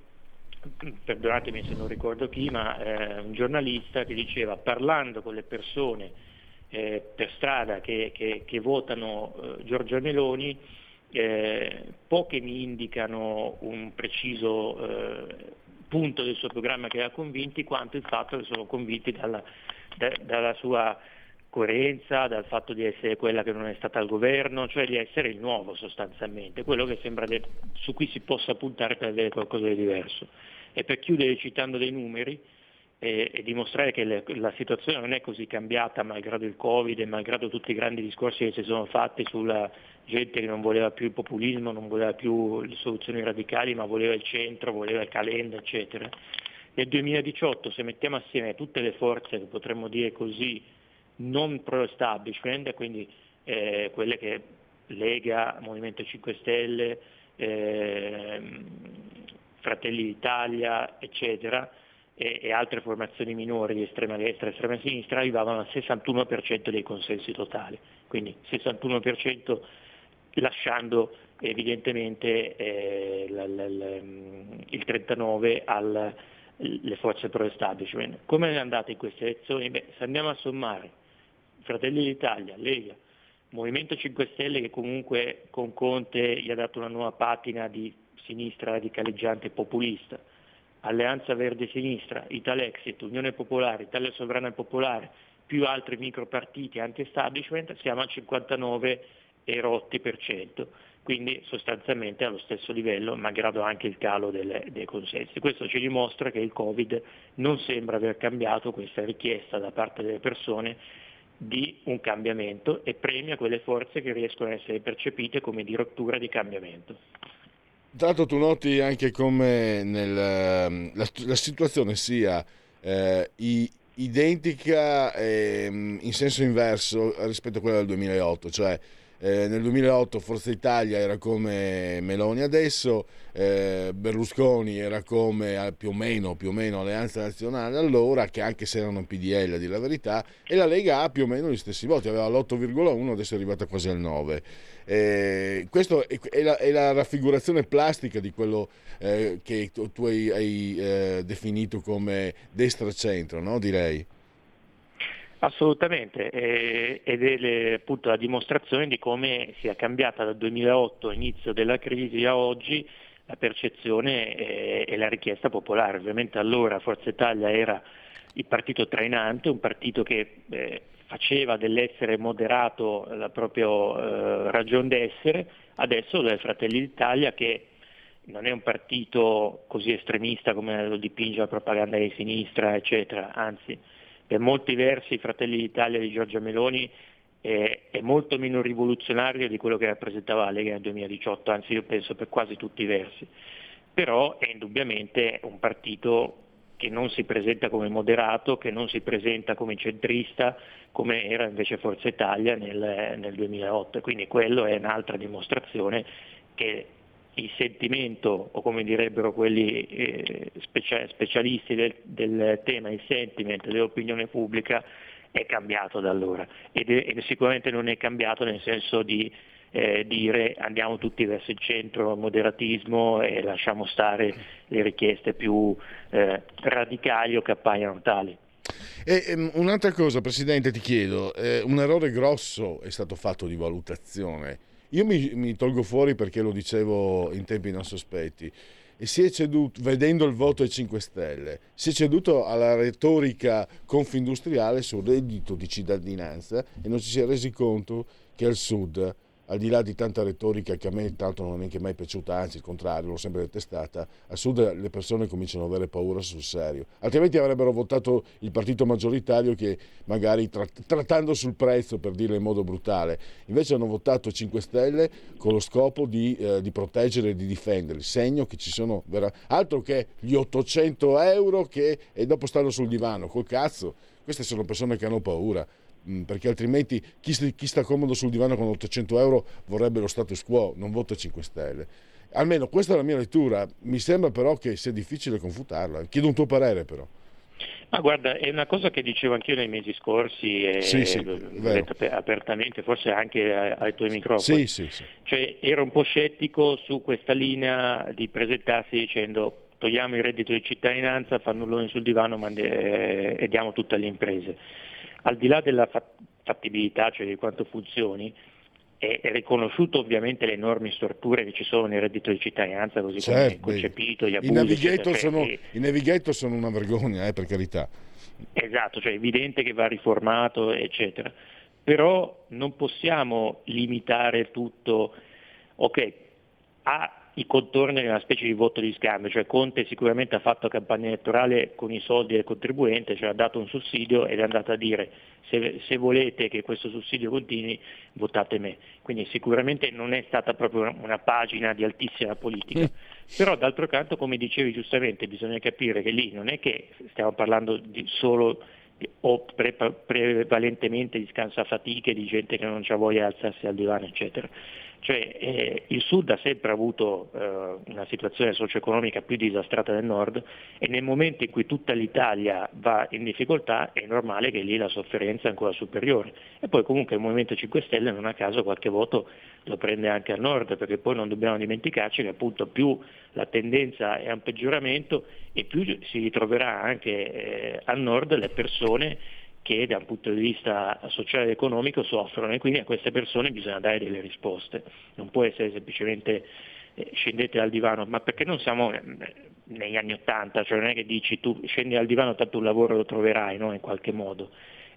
perdonatemi se non ricordo chi, ma un giornalista che diceva, parlando con le persone per strada che votano Giorgia Meloni, poche mi indicano un preciso punto del suo programma che ha convinti, quanto il fatto che sono convinti dalla sua coerenza, dal fatto di essere quella che non è stata al governo, cioè di essere il nuovo sostanzialmente, quello che sembra su cui si possa puntare per avere qualcosa di diverso. E per chiudere citando dei numeri e dimostrare che la situazione non è così cambiata malgrado il Covid e malgrado tutti i grandi discorsi che si sono fatti sulla gente che non voleva più il populismo, non voleva più le soluzioni radicali, ma voleva il centro, voleva il Calenda, eccetera. Nel 2018, se mettiamo assieme tutte le forze, che potremmo dire così, non pro-establishment, quindi quelle che Lega, Movimento 5 Stelle, Fratelli d'Italia, eccetera, e altre formazioni minori di estrema destra e estrema sinistra, arrivavano al 61% dei consensi totali, quindi 61% lasciando evidentemente il 39% alle forze pro-establishment. Come è andata in queste elezioni? Se andiamo a sommare Fratelli d'Italia, Lega, Movimento 5 Stelle, che comunque con Conte gli ha dato una nuova patina di sinistra radicalizzante e populista, Alleanza Verde Sinistra, Italexit, Unione Popolare, Italia Sovrana e Popolare, più altri micropartiti anti-establishment, siamo al 59,8%, quindi sostanzialmente allo stesso livello, malgrado anche il calo dei consensi. Questo ci dimostra che il Covid non sembra aver cambiato questa richiesta da parte delle persone di un cambiamento e premia quelle forze che riescono a essere percepite come di rottura di cambiamento. Tra l'altro tu noti anche come la situazione sia identica in senso inverso rispetto a quella del 2008, cioè nel 2008 Forza Italia era come Meloni adesso, Berlusconi era come più o meno Alleanza Nazionale allora, che anche se erano PDL a dire la verità, e la Lega ha più o meno gli stessi voti, aveva l'8,1, adesso è arrivata quasi al 9. Questo è la raffigurazione plastica di quello che tu hai definito come destra-centro, no? Direi. Assolutamente, ed è appunto la dimostrazione di come sia cambiata dal 2008, inizio della crisi, a oggi la percezione e la richiesta popolare. Ovviamente allora Forza Italia era il partito trainante, un partito che faceva dell'essere moderato la propria ragion d'essere. Adesso è Fratelli d'Italia, che non è un partito così estremista come lo dipinge la propaganda di sinistra, eccetera, anzi per molti versi Fratelli d'Italia di Giorgia Meloni è molto meno rivoluzionario di quello che rappresentava la Lega nel 2018, anzi io penso per quasi tutti i versi, però è indubbiamente un partito che non si presenta come moderato, che non si presenta come centrista, come era invece Forza Italia nel 2008, quindi quello è un'altra dimostrazione che il sentimento, o come direbbero quelli specialisti del tema, il sentiment dell'opinione pubblica è cambiato da allora ed sicuramente non è cambiato nel senso di dire andiamo tutti verso il centro, moderatismo, e lasciamo stare le richieste più radicali o che appaiono tali. E un'altra cosa, Presidente, ti chiedo, un errore grosso è stato fatto di valutazione. Io mi tolgo fuori perché lo dicevo in tempi non sospetti, e si è ceduto, vedendo il voto ai 5 Stelle, si è ceduto alla retorica confindustriale sul reddito di cittadinanza e non ci si è resi conto che al Sud, al di là di tanta retorica che a me tanto non è neanche mai piaciuta, anzi il contrario, l'ho sempre detestata, al Sud le persone cominciano ad avere paura sul serio, altrimenti avrebbero votato il partito maggioritario che magari trattando sul prezzo, per dirlo in modo brutale, invece hanno votato 5 Stelle con lo scopo di proteggere e di difendere, il segno che ci sono altro che gli 800 euro e dopo stanno sul divano, col cazzo, queste sono persone che hanno paura, perché altrimenti chi sta comodo sul divano con 800 euro vorrebbe lo status quo, non vota 5 Stelle. Almeno questa è la mia lettura, mi sembra però che sia difficile confutarla. Chiedo un tuo parere però. Ma guarda, è una cosa che dicevo anch'io nei mesi scorsi e l'ho detto apertamente, forse anche ai tuoi microfoni. Sì. Cioè ero un po' scettico su questa linea di presentarsi dicendo togliamo il reddito di cittadinanza, fannulloni sul divano e diamo tutto alle imprese. Al di là fattibilità, cioè di quanto funzioni, è riconosciuto ovviamente le enormi storture che ci sono nel reddito di cittadinanza, così come è concepito, gli abusi, i navigator sono una vergogna, per carità. Esatto, cioè è evidente che va riformato, eccetera. Però non possiamo limitare tutto, ok, ha i contorni di una specie di voto di scambio, cioè Conte sicuramente ha fatto campagna elettorale con i soldi del contribuente, cioè ha dato un sussidio ed è andato a dire se volete che questo sussidio continui votate me, quindi sicuramente non è stata proprio una pagina di altissima politica, però d'altro canto, come dicevi giustamente, bisogna capire che lì non è che stiamo parlando di solo o prevalentemente di scansafatiche, di gente che non c'ha voglia di alzarsi al divano, eccetera. Cioè, il Sud ha sempre avuto una situazione socio-economica più disastrata del Nord e nel momento in cui tutta l'Italia va in difficoltà è normale che lì la sofferenza è ancora superiore. E poi comunque il Movimento 5 Stelle non a caso qualche voto lo prende anche al Nord, perché poi non dobbiamo dimenticarci che appunto più la tendenza è a un peggioramento e più si ritroverà anche al Nord le persone che da un punto di vista sociale ed economico soffrono, e quindi a queste persone bisogna dare delle risposte. Non può essere semplicemente scendete dal divano, ma perché non siamo negli anni '80, cioè non è che dici tu scendi dal divano tanto un lavoro lo troverai, no? In qualche modo.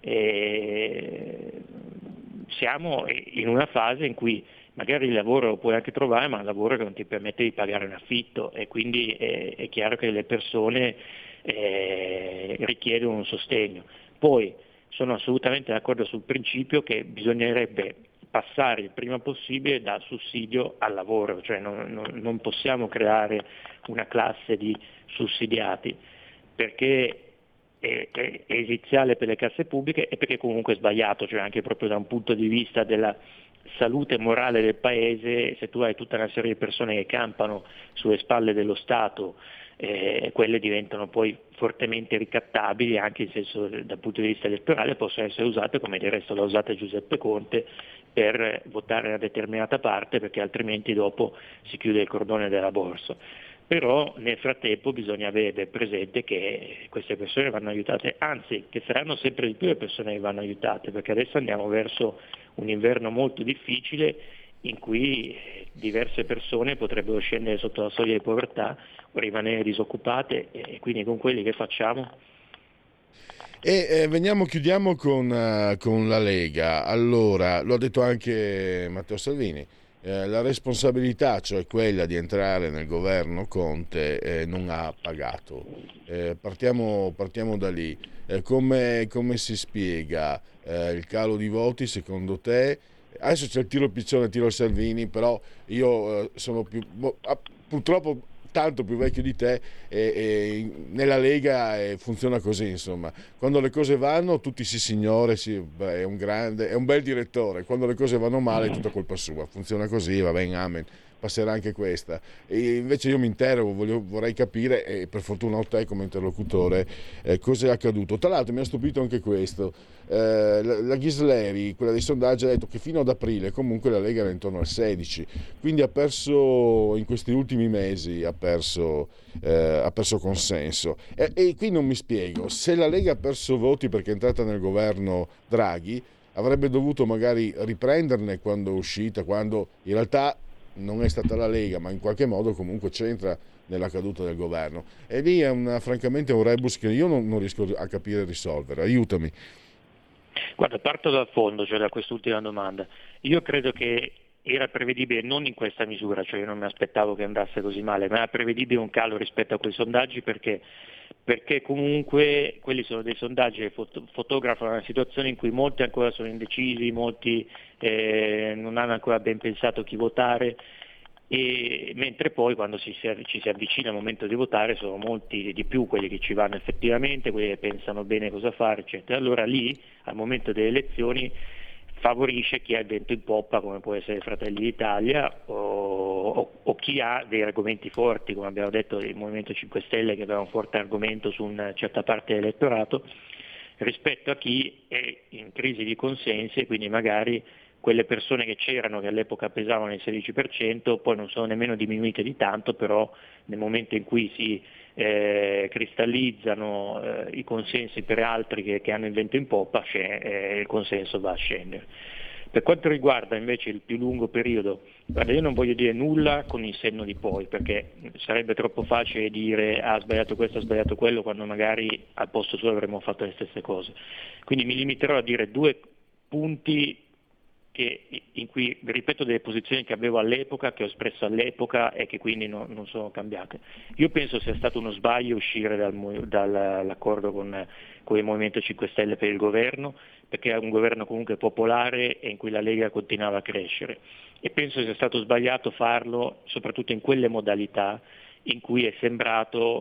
Siamo in una fase in cui magari il lavoro lo puoi anche trovare, ma è un lavoro che non ti permette di pagare un affitto, e quindi è chiaro che le persone richiedono un sostegno. Poi sono assolutamente d'accordo sul principio che bisognerebbe passare il prima possibile dal sussidio al lavoro, cioè non possiamo creare una classe di sussidiati, perché è esiziale per le casse pubbliche e perché comunque è sbagliato, cioè anche proprio da un punto di vista della salute morale del paese. Se tu hai tutta una serie di persone che campano sulle spalle dello Stato, quelle diventano poi fortemente ricattabili anche in senso, dal punto di vista elettorale, possono essere usate come del resto l'ha usata Giuseppe Conte per votare una determinata parte, perché altrimenti dopo si chiude il cordone della borsa. Però nel frattempo bisogna avere presente che queste persone vanno aiutate, anzi che saranno sempre di più le persone che vanno aiutate, perché adesso andiamo verso un inverno molto difficile in cui diverse persone potrebbero scendere sotto la soglia di povertà o rimanere disoccupate, e quindi con quelli che facciamo? Chiudiamo con la Lega. Allora, lo ha detto anche Matteo Salvini, la responsabilità, cioè quella di entrare nel governo Conte, non ha pagato. Partiamo da lì. Come si spiega il calo di voti secondo te? Adesso c'è il tiro piccione, tiro Salvini, però io sono purtroppo tanto più vecchio di te, e nella Lega funziona così, insomma. Quando le cose vanno tutti sì signore, sì, è un bel direttore. Quando le cose vanno male è tutta colpa sua. Funziona così, va bene, amen. Passerà anche questa. E invece io mi interrogo, vorrei capire, e per fortuna ho te come interlocutore, cosa è accaduto. Tra l'altro mi ha stupito anche questo, la Ghisleri, quella dei sondaggi, ha detto che fino ad aprile comunque la Lega era intorno al 16, quindi ha perso in questi ultimi mesi, ha perso consenso, e qui non mi spiego, se la Lega ha perso voti perché è entrata nel governo Draghi, avrebbe dovuto magari riprenderne quando è uscita, quando in realtà non è stata la Lega, ma in qualche modo comunque c'entra nella caduta del governo. E lì è francamente un rebus che io non riesco a capire e risolvere. Aiutami. Guarda, parto dal fondo, cioè da quest'ultima domanda. Io credo che era prevedibile, non in questa misura, cioè io non mi aspettavo che andasse così male, ma era prevedibile un calo rispetto a quei sondaggi, perché comunque quelli sono dei sondaggi che fotografano una situazione in cui molti ancora sono indecisi, molti non hanno ancora ben pensato chi votare, e mentre poi quando ci si avvicina al momento di votare sono molti di più quelli che ci vanno effettivamente, quelli che pensano bene cosa fare, eccetera. Allora lì, al momento delle elezioni, favorisce chi ha il vento in poppa, come può essere Fratelli d'Italia, o chi ha dei argomenti forti, come abbiamo detto il Movimento 5 Stelle, che aveva un forte argomento su una certa parte dell'elettorato, rispetto a chi è in crisi di consensi, e quindi magari quelle persone che c'erano, che all'epoca pesavano il 16%, poi non sono nemmeno diminuite di tanto, però nel momento in cui si cristallizzano i consensi per altri che hanno il vento in poppa, il consenso va a scendere. Per quanto riguarda invece il più lungo periodo, guarda, io non voglio dire nulla con il senno di poi, perché sarebbe troppo facile dire ha sbagliato questo, ha sbagliato quello, quando magari al posto suo avremmo fatto le stesse cose. Quindi mi limiterò a dire 2 punti in cui ripeto delle posizioni che avevo all'epoca, che ho espresso all'epoca e che quindi non sono cambiate. Io penso sia stato uno sbaglio uscire dall'accordo con il Movimento 5 Stelle per il governo, perché era un governo comunque popolare e in cui la Lega continuava a crescere, e penso sia stato sbagliato farlo soprattutto in quelle modalità in cui è sembrato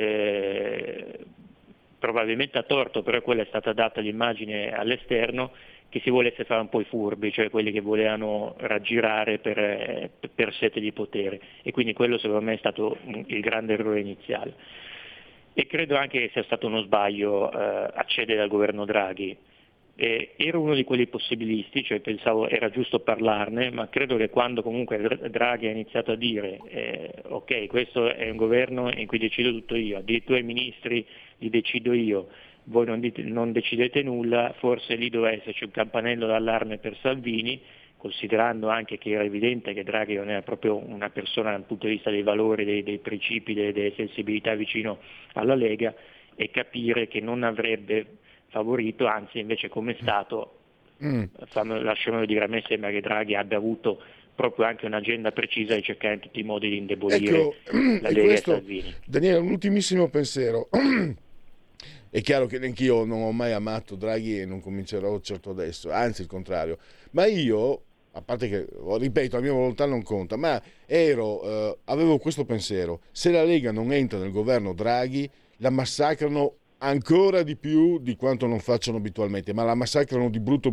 probabilmente a torto, però quella è stata data l'immagine all'esterno, che si volesse fare un po' i furbi, cioè quelli che volevano raggirare per sete di potere, e quindi quello secondo me è stato il grande errore iniziale. E credo anche che sia stato uno sbaglio accedere al governo Draghi. Ero uno di quelli possibilisti, cioè pensavo era giusto parlarne, ma credo che quando comunque Draghi ha iniziato a dire ok, questo è un governo in cui decido tutto io, addirittura i ministri li decido io, voi non decidete nulla, forse lì doveva esserci un campanello d'allarme per Salvini, considerando anche che era evidente che Draghi non era proprio una persona dal punto di vista dei valori, dei principi, delle sensibilità vicino alla Lega, e capire che non avrebbe favorito, anzi invece come è stato, lasciamelo dire, a me sembra che Draghi abbia avuto proprio anche un'agenda precisa di cercare in tutti i modi di indebolire la Lega e Salvini. Daniele, un ultimissimo pensiero. È chiaro che neanch'io non ho mai amato Draghi e non comincerò certo adesso, anzi il contrario, ma io, a parte che, ripeto, la mia volontà non conta, ma avevo questo pensiero: se la Lega non entra nel governo Draghi la massacrano ancora di più di quanto non facciano abitualmente, ma la massacrano di brutto.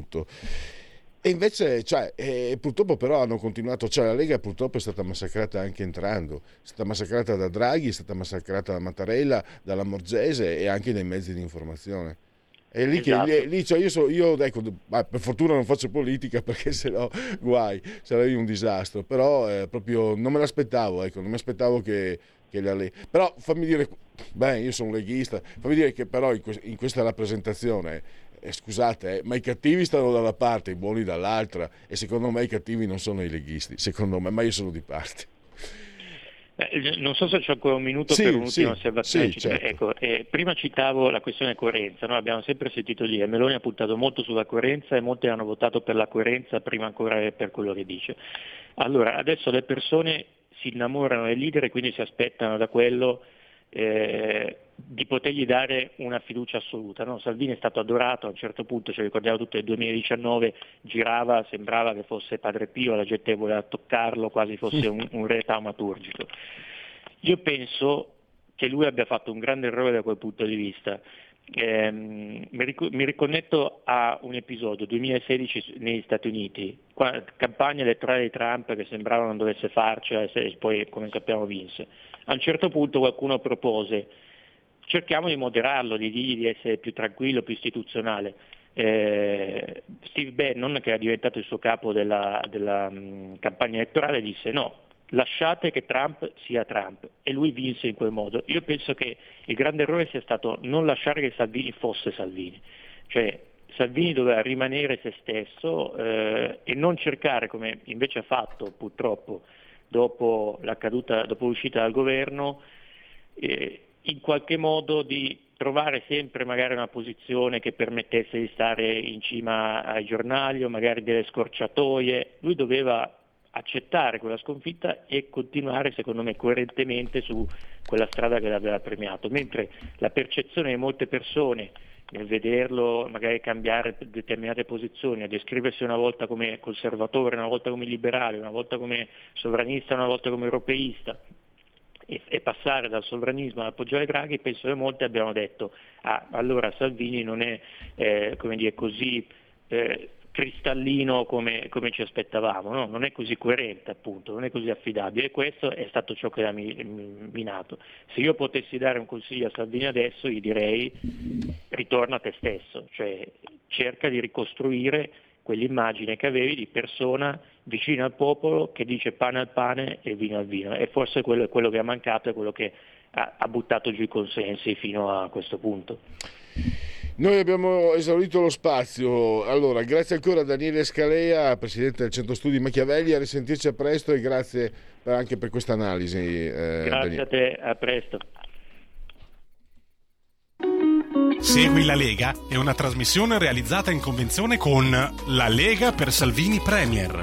E invece, purtroppo però hanno continuato, la Lega purtroppo è stata massacrata anche entrando, è stata massacrata da Draghi, è stata massacrata da Mattarella, dalla Morgese e anche dai mezzi di informazione. È lì esatto. Io per fortuna non faccio politica, perché sennò guai, sarei un disastro, però proprio non me l'aspettavo, non mi aspettavo che la Lega. Però fammi dire, io sono leghista, fammi dire che però in questa rappresentazione, scusate, ma i cattivi stanno da una parte, i buoni dall'altra, e secondo me i cattivi non sono i leghisti, secondo me, ma io sono di parte. Non so se c'è ancora un minuto per un'ultima osservazione. Certo. Prima citavo la questione coerenza, noi abbiamo sempre sentito dire Meloni ha puntato molto sulla coerenza e molti hanno votato per la coerenza prima ancora per quello che dice. Allora, adesso le persone si innamorano del leader e quindi si aspettano da quello di potergli dare una fiducia assoluta, no? Salvini è stato adorato, a un certo punto, ricordiamo tutto, nel 2019 girava, sembrava che fosse Padre Pio, la gente voleva toccarlo, quasi fosse un re taumaturgico. Io penso che lui abbia fatto un grande errore da quel punto di vista. Mi riconnetto a un episodio 2016 negli Stati Uniti, campagna elettorale di Trump che sembrava non dovesse farcela e poi, come sappiamo, vinse. A un certo punto qualcuno propose: cerchiamo di moderarlo, di dirgli di essere più tranquillo, più istituzionale. Steve Bannon, che era diventato il suo capo della campagna elettorale, disse no, lasciate che Trump sia Trump, e lui vinse in quel modo. Io penso che il grande errore sia stato non lasciare che Salvini fosse Salvini, cioè Salvini doveva rimanere se stesso e non cercare, come invece ha fatto purtroppo dopo l'uscita dal governo, in qualche modo di trovare sempre magari una posizione che permettesse di stare in cima ai giornali o magari delle scorciatoie. Lui doveva accettare quella sconfitta e continuare, secondo me, coerentemente su quella strada che l'aveva premiato, mentre la percezione di molte persone nel vederlo magari cambiare determinate posizioni, a descriversi una volta come conservatore, una volta come liberale, una volta come sovranista, una volta come europeista, e passare dal sovranismo ad appoggiare Draghi, penso che molti abbiano detto allora Salvini non è così cristallino come ci aspettavamo, no? Non è così coerente, appunto, non è così affidabile, e questo è stato ciò che ha minato. Se io potessi dare un consiglio a Salvini adesso, gli direi: ritorna a te stesso, cioè cerca di ricostruire quell'immagine che avevi di persona vicina al popolo che dice pane al pane e vino al vino, e forse quello è quello che ha mancato, è quello che ha buttato giù i consensi fino a questo punto. Noi abbiamo esaurito lo spazio. Allora, grazie ancora a Daniele Scalea, presidente del Centro Studi Machiavelli, a risentirci a presto e grazie anche per questa analisi. Grazie Daniele. a te, a presto. Segui la Lega è una trasmissione realizzata in convenzione con La Lega per Salvini Premier.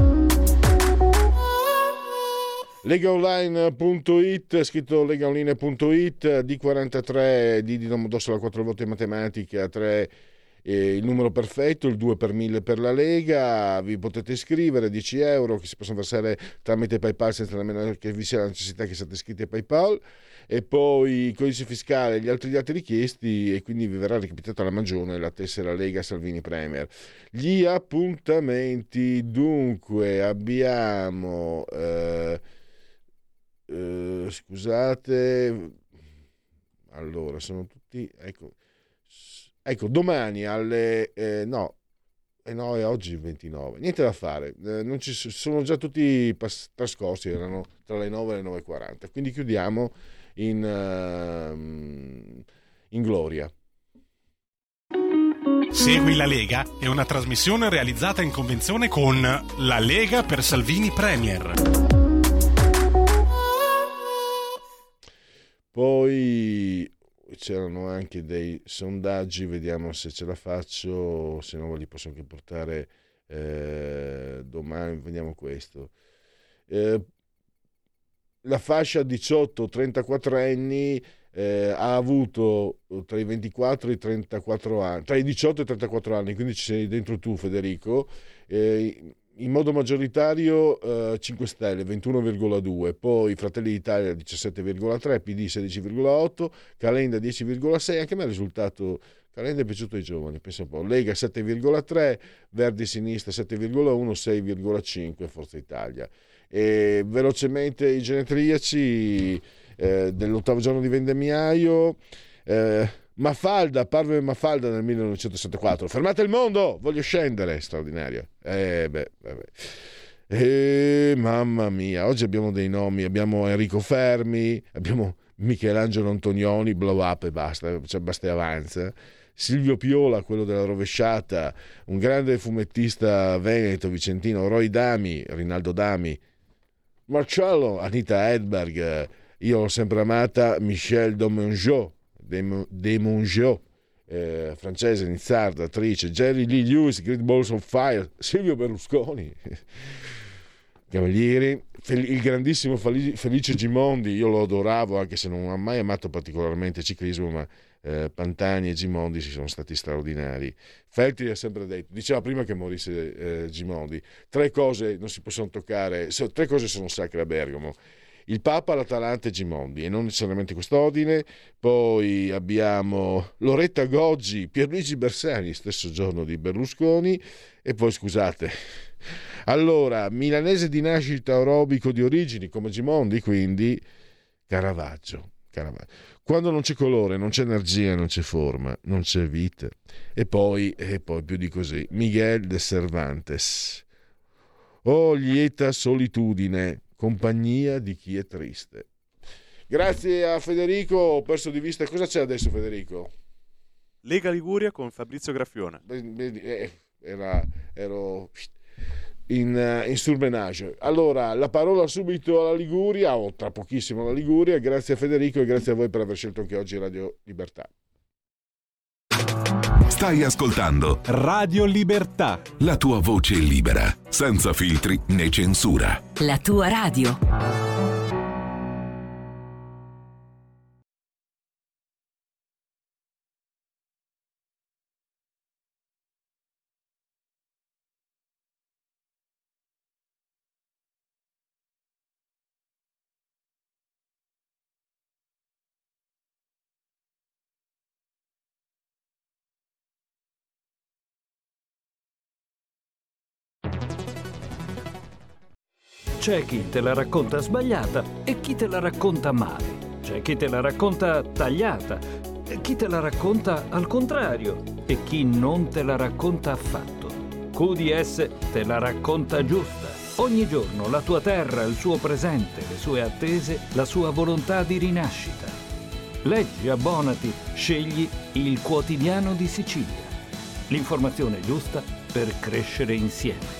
Legaonline.it, scritto legaonline.it, D43, D di Domodossola 4 volte in matematica, 3 il numero perfetto, il 2 per 1000 per la Lega. Vi potete iscrivere, 10 euro che si possono versare tramite PayPal senza nemmeno che vi sia la necessità che siate iscritti a PayPal, e poi il codice fiscale e gli altri dati richiesti, e quindi vi verrà recapitata la magione la tessera Lega Salvini Premier. Gli appuntamenti, dunque abbiamo scusate, allora sono tutti, ecco domani alle è oggi il 29, niente da fare, non ci sono già tutti trascorsi, erano tra le 9 e le 9:40, quindi chiudiamo in gloria. Segui la Lega è una trasmissione realizzata in convenzione con La Lega per Salvini Premier. Poi c'erano anche dei sondaggi, vediamo se ce la faccio, se no li posso anche portare domani, vediamo questo. La fascia 18-34 anni ha avuto tra i 24 e i 34 anni, tra i 18 e i 34 anni, quindi ci sei dentro tu Federico, in modo maggioritario 5 Stelle 21,2, poi Fratelli d'Italia 17,3, PD 16,8, Calenda 10,6, anche a me il risultato Calenda è piaciuto ai giovani, pensa un po', Lega 7,3, Verdi Sinistra 7,1, 6,5 Forza Italia. E velocemente i genetriaci dell'8° giorno di vendemmiaio, Mafalda, Parve Mafalda nel 1974, fermate il mondo, voglio scendere, straordinario. Mamma mia, oggi abbiamo dei nomi, abbiamo Enrico Fermi, abbiamo Michelangelo Antonioni, blow up e basta, cioè basta e avanza. Silvio Piola, quello della rovesciata, un grande fumettista veneto, vicentino, Roy Dami, Rinaldo Dami, Marcello, Anita Edberg, io l'ho sempre amata, Michel Demongeot, francese, nizzarda, attrice, Jerry Lee Lewis, Great Balls of Fire, Silvio Berlusconi, Cavalieri, il grandissimo Felice Gimondi, io lo adoravo anche se non ho mai amato particolarmente il ciclismo, ma Pantani e Gimondi si sono stati straordinari. Feltri ha sempre detto, diceva prima che morisse Gimondi, 3 cose non si possono toccare, 3 cose sono sacre a Bergamo: il Papa, l'Atalanta e Gimondi, e non necessariamente quest'ordine. Poi abbiamo Loretta Goggi, Pierluigi Bersani, stesso giorno di Berlusconi. E poi scusate, allora, milanese di nascita, orobico di origini come Gimondi, quindi Caravaggio. Quando non c'è colore, non c'è energia, non c'è forma, non c'è vita. E poi più di così, Miguel de Cervantes. Oh lieta solitudine, compagnia di chi è triste. Grazie a Federico, ho perso di vista. Cosa c'è adesso, Federico? Lega Liguria con Fabrizio Graffione. Ero in surmenage. Allora, la parola subito alla Liguria, o tra pochissimo alla Liguria. Grazie a Federico e grazie a voi per aver scelto anche oggi Radio Libertà. Stai ascoltando Radio Libertà, la tua voce libera, senza filtri né censura. La tua radio. C'è chi te la racconta sbagliata e chi te la racconta male. C'è chi te la racconta tagliata e chi te la racconta al contrario e chi non te la racconta affatto. QDS te la racconta giusta. Ogni giorno la tua terra, il suo presente, le sue attese, la sua volontà di rinascita. Leggi, abbonati, scegli il Quotidiano di Sicilia. L'informazione giusta per crescere insieme.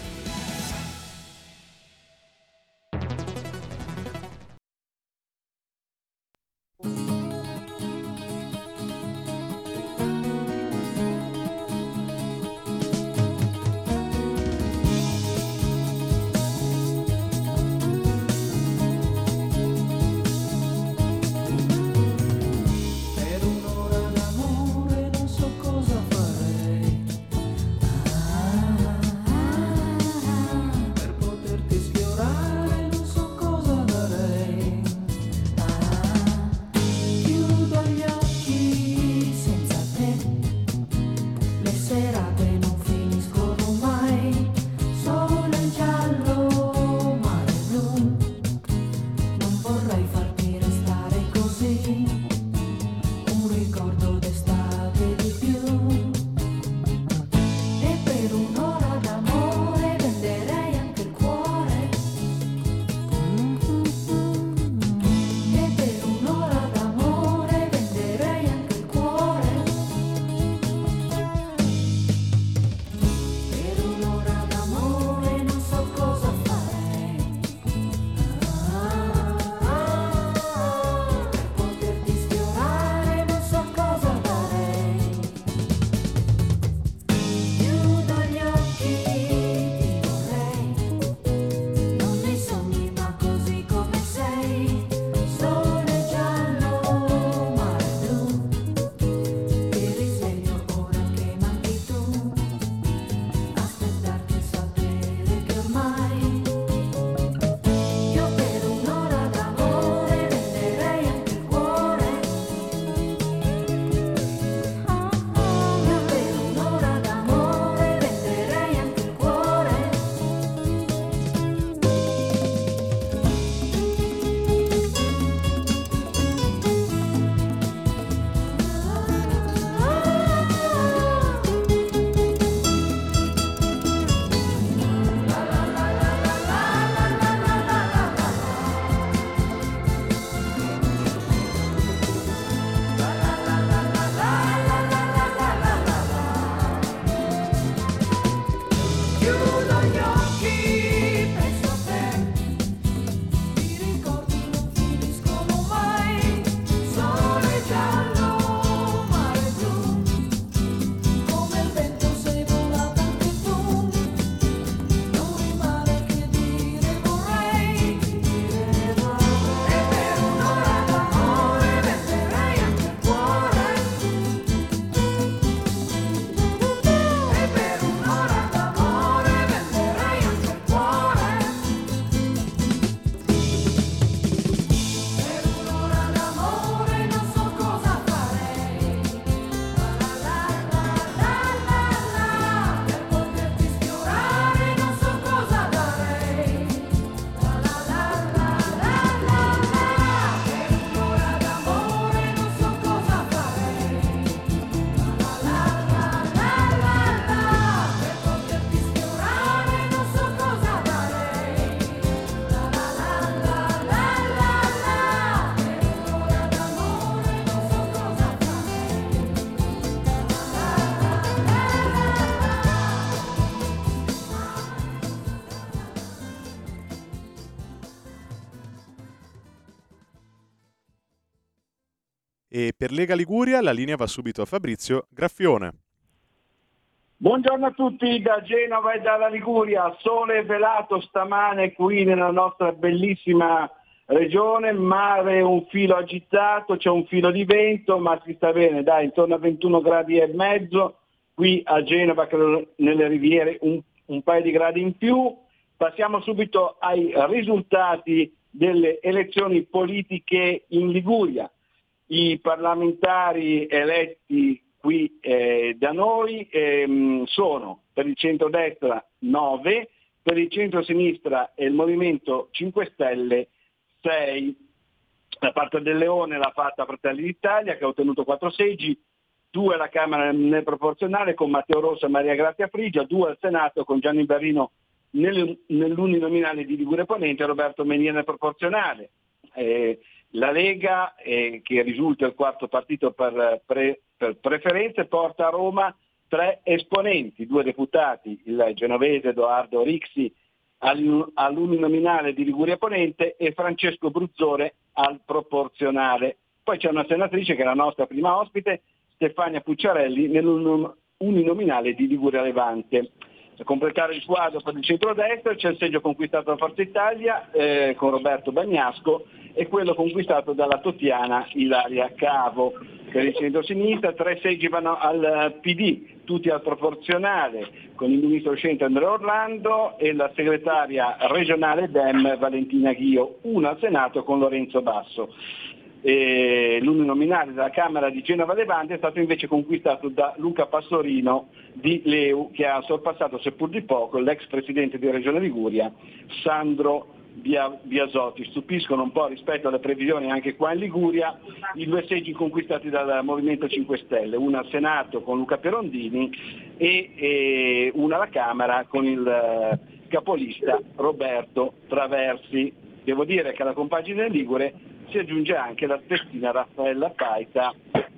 E per Lega Liguria la linea va subito a Fabrizio Graffione. Buongiorno a tutti da Genova e dalla Liguria. Sole velato stamane qui nella nostra bellissima regione, mare un filo agitato, c'è un filo di vento, ma si sta bene, dai, intorno a 21 gradi e mezzo, qui a Genova, credo nelle riviere un paio di gradi in più. Passiamo subito ai risultati delle elezioni politiche in Liguria. I parlamentari eletti qui da noi sono per il centrodestra 9, per il centrosinistra e il Movimento 5 Stelle 6. La parte del Leone l'ha fatta Fratelli d'Italia, che ha ottenuto 4 seggi, 2 alla Camera nel proporzionale con Matteo Rosso e Maria Grazia Frigia, 2 al Senato con Gianni Berrino nell'uninominale di Liguria Ponente Roberto Menia nel proporzionale. La Lega, che risulta il quarto partito per preferenze, porta a Roma 3 esponenti, 2 deputati, il genovese Edoardo Rixi all'uninominale di Liguria Ponente e Francesco Bruzzone al proporzionale. Poi c'è una senatrice che è la nostra prima ospite, Stefania Pucciarelli, nell'uninominale di Liguria Levante. Per completare il quadro per il centrodestra c'è il seggio conquistato da Forza Italia con Roberto Bagnasco e quello conquistato dalla totiana Ilaria Cavo. Per il centro-sinistra 3 seggi vanno al PD, tutti al proporzionale, con il ministro uscente Andrea Orlando e la segretaria regionale Dem Valentina Ghio, 1 al Senato con Lorenzo Basso. L'uninominale della Camera di Genova Levante è stato invece conquistato da Luca Pastorino di Leu, che ha sorpassato seppur di poco l'ex presidente di Regione Liguria Sandro Biasotti. Stupiscono un po' rispetto alle previsioni anche qua in Liguria i 2 seggi conquistati dal Movimento 5 Stelle, una al Senato con Luca Perondini e una alla Camera con il capolista Roberto Traversi. Devo dire che alla compagine ligure si aggiunge anche la testina Raffaella Paita,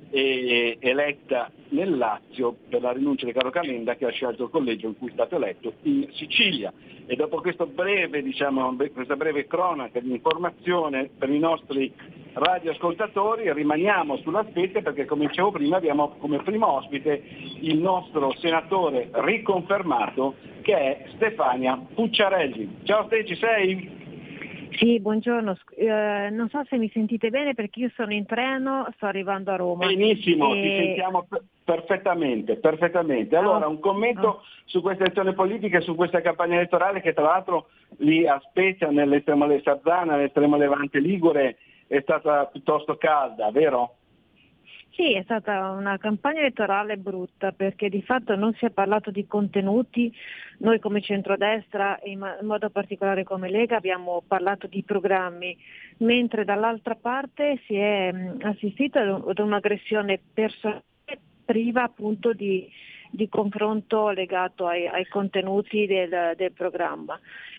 eletta nel Lazio per la rinuncia di Carlo Calenda, che ha scelto il collegio in cui è stato eletto in Sicilia. E dopo questa breve cronaca di informazione per i nostri radioascoltatori rimaniamo sulla Spezia, perché come dicevo prima abbiamo come primo ospite il nostro senatore riconfermato, che è Stefania Pucciarelli. Ciao Ste, ci sei? Sì, buongiorno, non so se mi sentite bene perché io sono in treno, sto arrivando a Roma. Benissimo, ti sentiamo perfettamente. Allora, un commento su questa elezione politica e su questa campagna elettorale che tra l'altro lì a Spezia, nell'estremo Sarzana, nell'estremo Levante Ligure, è stata piuttosto calda, vero? Sì, è stata una campagna elettorale brutta perché di fatto non si è parlato di contenuti. Noi come centrodestra e in modo particolare come Lega abbiamo parlato di programmi, mentre dall'altra parte si è assistito ad un'aggressione personale priva appunto di confronto legato ai contenuti del programma.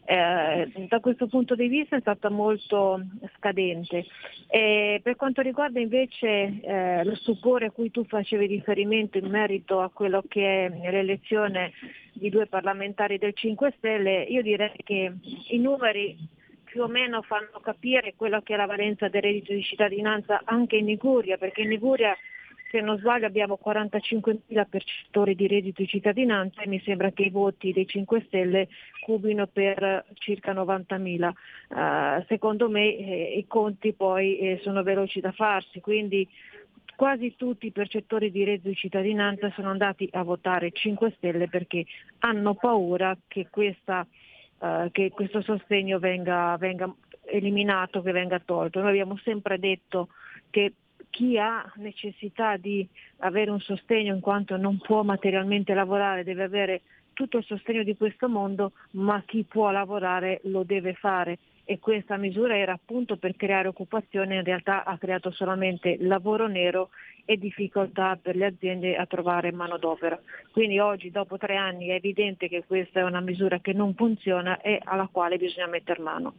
Da questo punto di vista è stata molto scadente. Per quanto riguarda invece lo stupore a cui tu facevi riferimento in merito a quello che è l'elezione di 2 parlamentari del 5 Stelle, io direi che i numeri più o meno fanno capire quello che è la valenza del reddito di cittadinanza anche in Liguria, perché in Liguria, se non sbaglio, abbiamo 45.000 percettori di reddito di cittadinanza e mi sembra che i voti dei 5 Stelle cubino per circa 90.000. Secondo me i conti poi sono veloci da farsi, quindi quasi tutti i percettori di reddito di cittadinanza sono andati a votare 5 Stelle perché hanno paura che questo sostegno venga eliminato, che venga tolto. Noi abbiamo sempre detto che chi ha necessità di avere un sostegno in quanto non può materialmente lavorare deve avere tutto il sostegno di questo mondo, ma chi può lavorare lo deve fare, e questa misura era appunto per creare occupazione, in realtà ha creato solamente lavoro nero e difficoltà per le aziende a trovare manodopera. Quindi oggi, dopo 3 anni, è evidente che questa è una misura che non funziona e alla quale bisogna metter mano.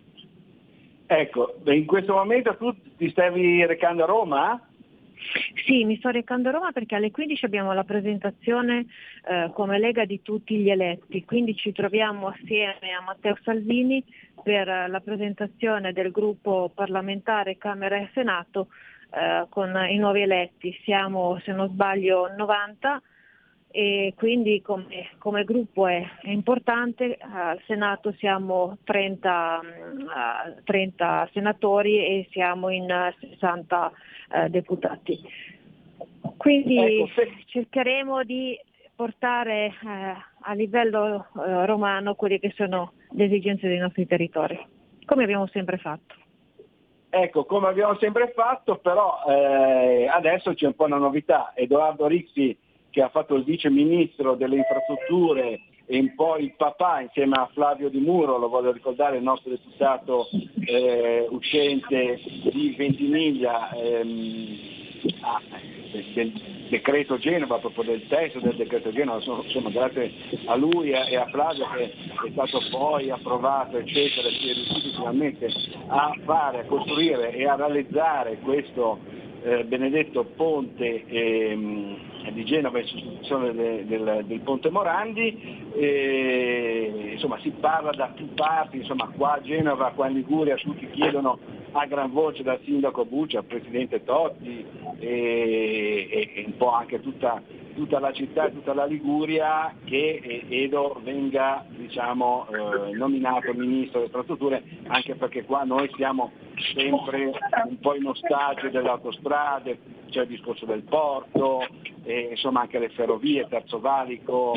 Ecco, in questo momento tu ti stavi recando a Roma? Sì, mi sto recando a Roma perché alle 15 abbiamo la presentazione come Lega di tutti gli eletti, quindi ci troviamo assieme a Matteo Salvini per la presentazione del gruppo parlamentare Camera e Senato con i nuovi eletti. Siamo, se non sbaglio, 90 e quindi come gruppo è importante. Al Senato siamo 30 senatori e siamo in 60 deputati. Quindi cercheremo di portare a livello romano quelle che sono le esigenze dei nostri territori, come abbiamo sempre fatto. Ecco, come abbiamo sempre fatto, però adesso c'è un po' una novità. Edoardo Rixi, che ha fatto il vice ministro delle infrastrutture e un po' il papà insieme a Flavio Di Muro, lo voglio ricordare, il nostro deputato uscente di Ventimiglia, del decreto Genova, proprio del testo del decreto Genova, insomma grazie a lui e a Flavio che è stato poi approvato eccetera, si è riusciti finalmente a fare, a costruire e a realizzare questo benedetto ponte di Genova in sostituzione del ponte Morandi. Insomma si parla da più parti, insomma qua a Genova, qua in Liguria tutti chiedono a gran voce, dal sindaco Bucci al presidente Totti e un po' anche tutta la città e tutta la Liguria che Edo venga nominato ministro delle infrastrutture, anche perché qua noi siamo sempre un po' in ostaggio delle autostrade, c'è il discorso del porto, insomma anche le ferrovie, Terzo Valico.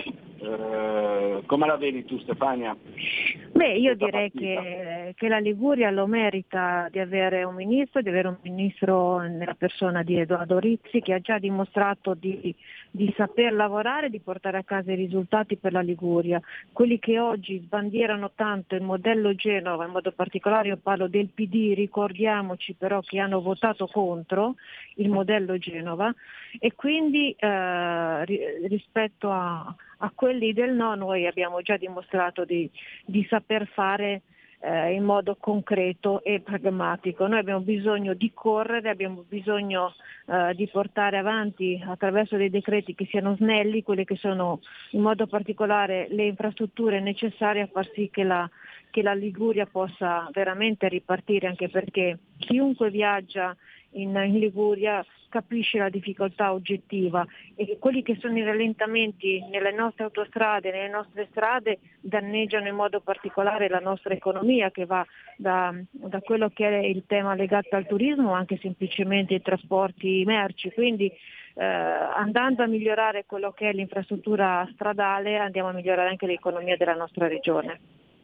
Come la vedi tu, Stefania? Beh, io direi che la Liguria lo merita di avere un ministro nella persona di Edoardo Rizzi, che ha già dimostrato di saper lavorare, di portare a casa i risultati per la Liguria. Quelli che oggi sbandierano tanto il modello Genova, in modo particolare io parlo del PD, ricordiamoci però che hanno votato contro il modello Genova, e quindi rispetto a quelli del no noi abbiamo già dimostrato di saper fare in modo concreto e pragmatico. Noi abbiamo bisogno di correre, abbiamo bisogno di portare avanti attraverso dei decreti che siano snelli, quelle che sono in modo particolare le infrastrutture necessarie a far sì che la Liguria possa veramente ripartire, anche perché chiunque viaggia in Liguria capisce la difficoltà oggettiva e quelli che sono i rallentamenti nelle nostre autostrade, nelle nostre strade danneggiano in modo particolare la nostra economia, che va da quello che è il tema legato al turismo anche semplicemente ai trasporti merci, quindi andando a migliorare quello che è l'infrastruttura stradale andiamo a migliorare anche l'economia della nostra regione.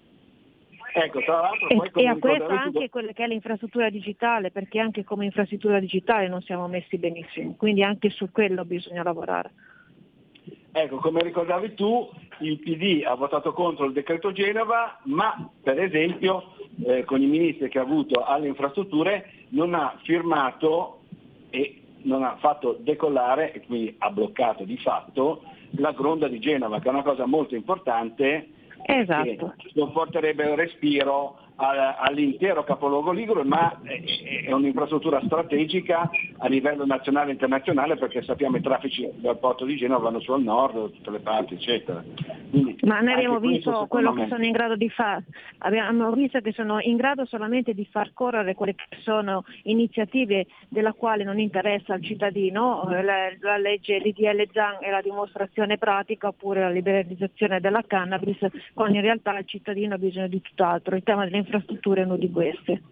Ecco, tra l'altro, e a questo anche quella che è l'infrastruttura digitale, perché anche come infrastruttura digitale non siamo messi benissimo, quindi anche su quello bisogna lavorare. Ecco, come ricordavi tu, il PD ha votato contro il decreto Genova, ma per esempio con i ministri che ha avuto alle infrastrutture non ha firmato e non ha fatto decollare, e quindi ha bloccato di fatto, la Gronda di Genova, che è una cosa molto importante. Esatto. Che non porterebbe un respiro all'intero capoluogo ligure, ma è un'infrastruttura strategica a livello nazionale e internazionale, perché sappiamo i traffici dal porto di Genova vanno sul nord, da tutte le parti, eccetera. Quindi, ma noi abbiamo visto quello che sono in grado di fare, abbiamo visto che sono in grado solamente di far correre quelle che sono iniziative della quale non interessa al cittadino, la legge l'IDL Zan è la dimostrazione pratica, oppure la liberalizzazione della cannabis, quando in realtà il cittadino ha bisogno di tutt'altro. Il tema delle infrastrutture è uno di questi.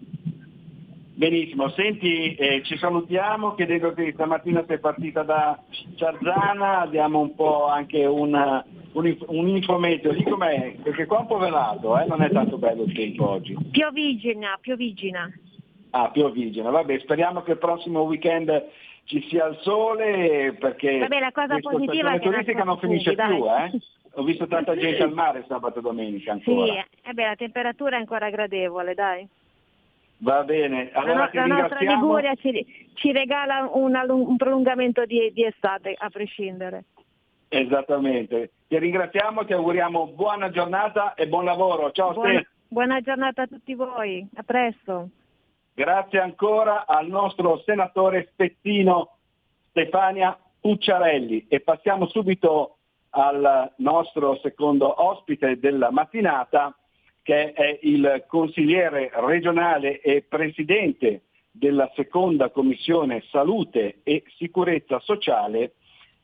Benissimo, senti, ci salutiamo chiedendo che stamattina sei partita da Ciarzana, diamo un po' anche un infometeo di com'è, perché qua è un po' velato, non è tanto bello il tempo oggi. Piovigina. Ah, piovigina, vabbè, speriamo che il prossimo weekend ci sia il sole, perché vabbè, la cosa positiva è che turistica non finisce più, Ho visto tanta gente al mare sabato e domenica ancora. Sì, la temperatura è ancora gradevole, dai. Va bene, allora la nostra Liguria ci regala un prolungamento di estate, a prescindere. Esattamente. Ti ringraziamo, ti auguriamo buona giornata e buon lavoro. Ciao Ste. Buona giornata a tutti voi, a presto. Grazie ancora al nostro senatore spezzino Stefania Pucciarelli e passiamo subito al nostro secondo ospite della mattinata, che è il consigliere regionale e presidente della seconda commissione salute e sicurezza sociale,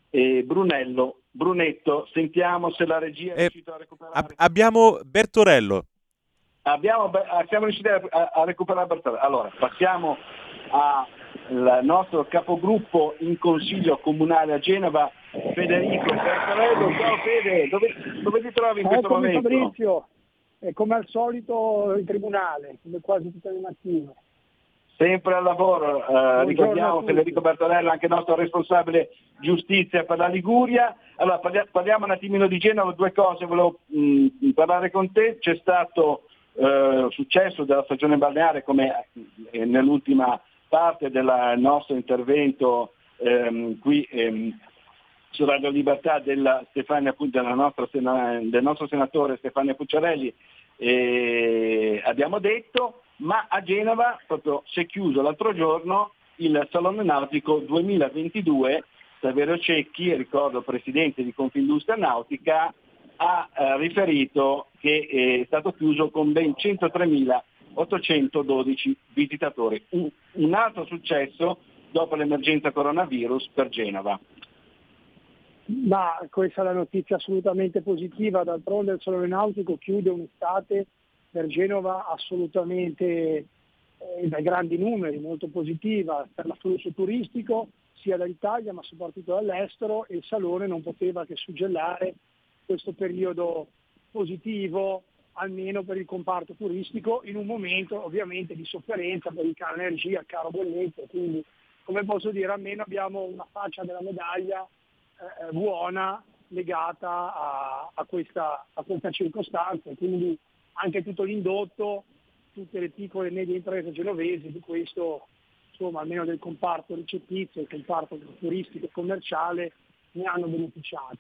Brunetto. Sentiamo se la regia è riuscita a recuperare. Abbiamo Bertorello. Siamo riusciti a recuperare Bertorello. Allora, passiamo al nostro capogruppo in consiglio comunale a Genova, Federico Bertorello. Ciao Fede, dove ti trovi in questo momento? Fabrizio, come al solito in tribunale, come quasi tutte le mattine. Sempre al lavoro, ricordiamo Federico Bertorello, anche nostro responsabile giustizia per la Liguria. Allora parliamo un attimino di Genova, due cose volevo parlare con te. C'è stato successo della stagione balneare come nell'ultima parte del nostro intervento qui su Radio Libertà del nostro senatore Stefania Pucciarelli, abbiamo detto, ma a Genova proprio si è chiuso l'altro giorno il Salone Nautico 2022. Saverio Cecchi, ricordo presidente di Confindustria Nautica, ha riferito che è stato chiuso con ben 103.812 visitatori. Un altro successo dopo l'emergenza coronavirus per Genova. Ma questa è la notizia assolutamente positiva, d'altronde il Salone Nautico chiude un'estate per Genova assolutamente dai grandi numeri, molto positiva per l'afflusso turistico sia dall'Italia ma soprattutto dall'estero, e il Salone non poteva che suggellare questo periodo positivo almeno per il comparto turistico, in un momento ovviamente di sofferenza per il caro energia, il caro bollette, quindi come posso dire almeno abbiamo una faccia della medaglia buona legata a questa circostanza, quindi anche tutto l'indotto, tutte le piccole e medie imprese genovesi di questo, insomma almeno del comparto ricettizio, il comparto turistico e commerciale, ne hanno beneficiato.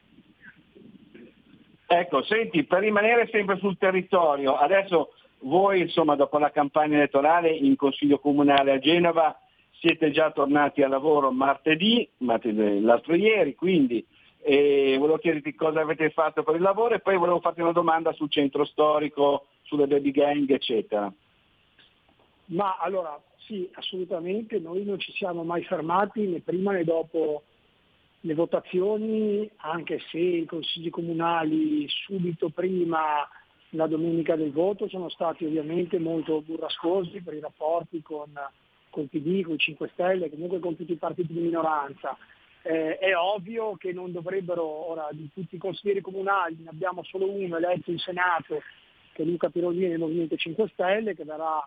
Ecco, senti, per rimanere sempre sul territorio, adesso voi insomma dopo la campagna elettorale in Consiglio Comunale a Genova siete già tornati a lavoro martedì l'altro ieri, quindi volevo chiederti cosa avete fatto per il lavoro e poi volevo farti una domanda sul centro storico, sulle baby gang, eccetera. Ma allora, sì, assolutamente, noi non ci siamo mai fermati né prima né dopo le votazioni, anche se i consigli comunali subito prima, la domenica del voto, sono stati ovviamente molto burrascosi per i rapporti con il PD, con i 5 Stelle, comunque con tutti i partiti di minoranza. È ovvio che non dovrebbero, ora di tutti i consiglieri comunali, ne abbiamo solo uno eletto in Senato, che è Luca Pirolini del Movimento 5 Stelle, che verrà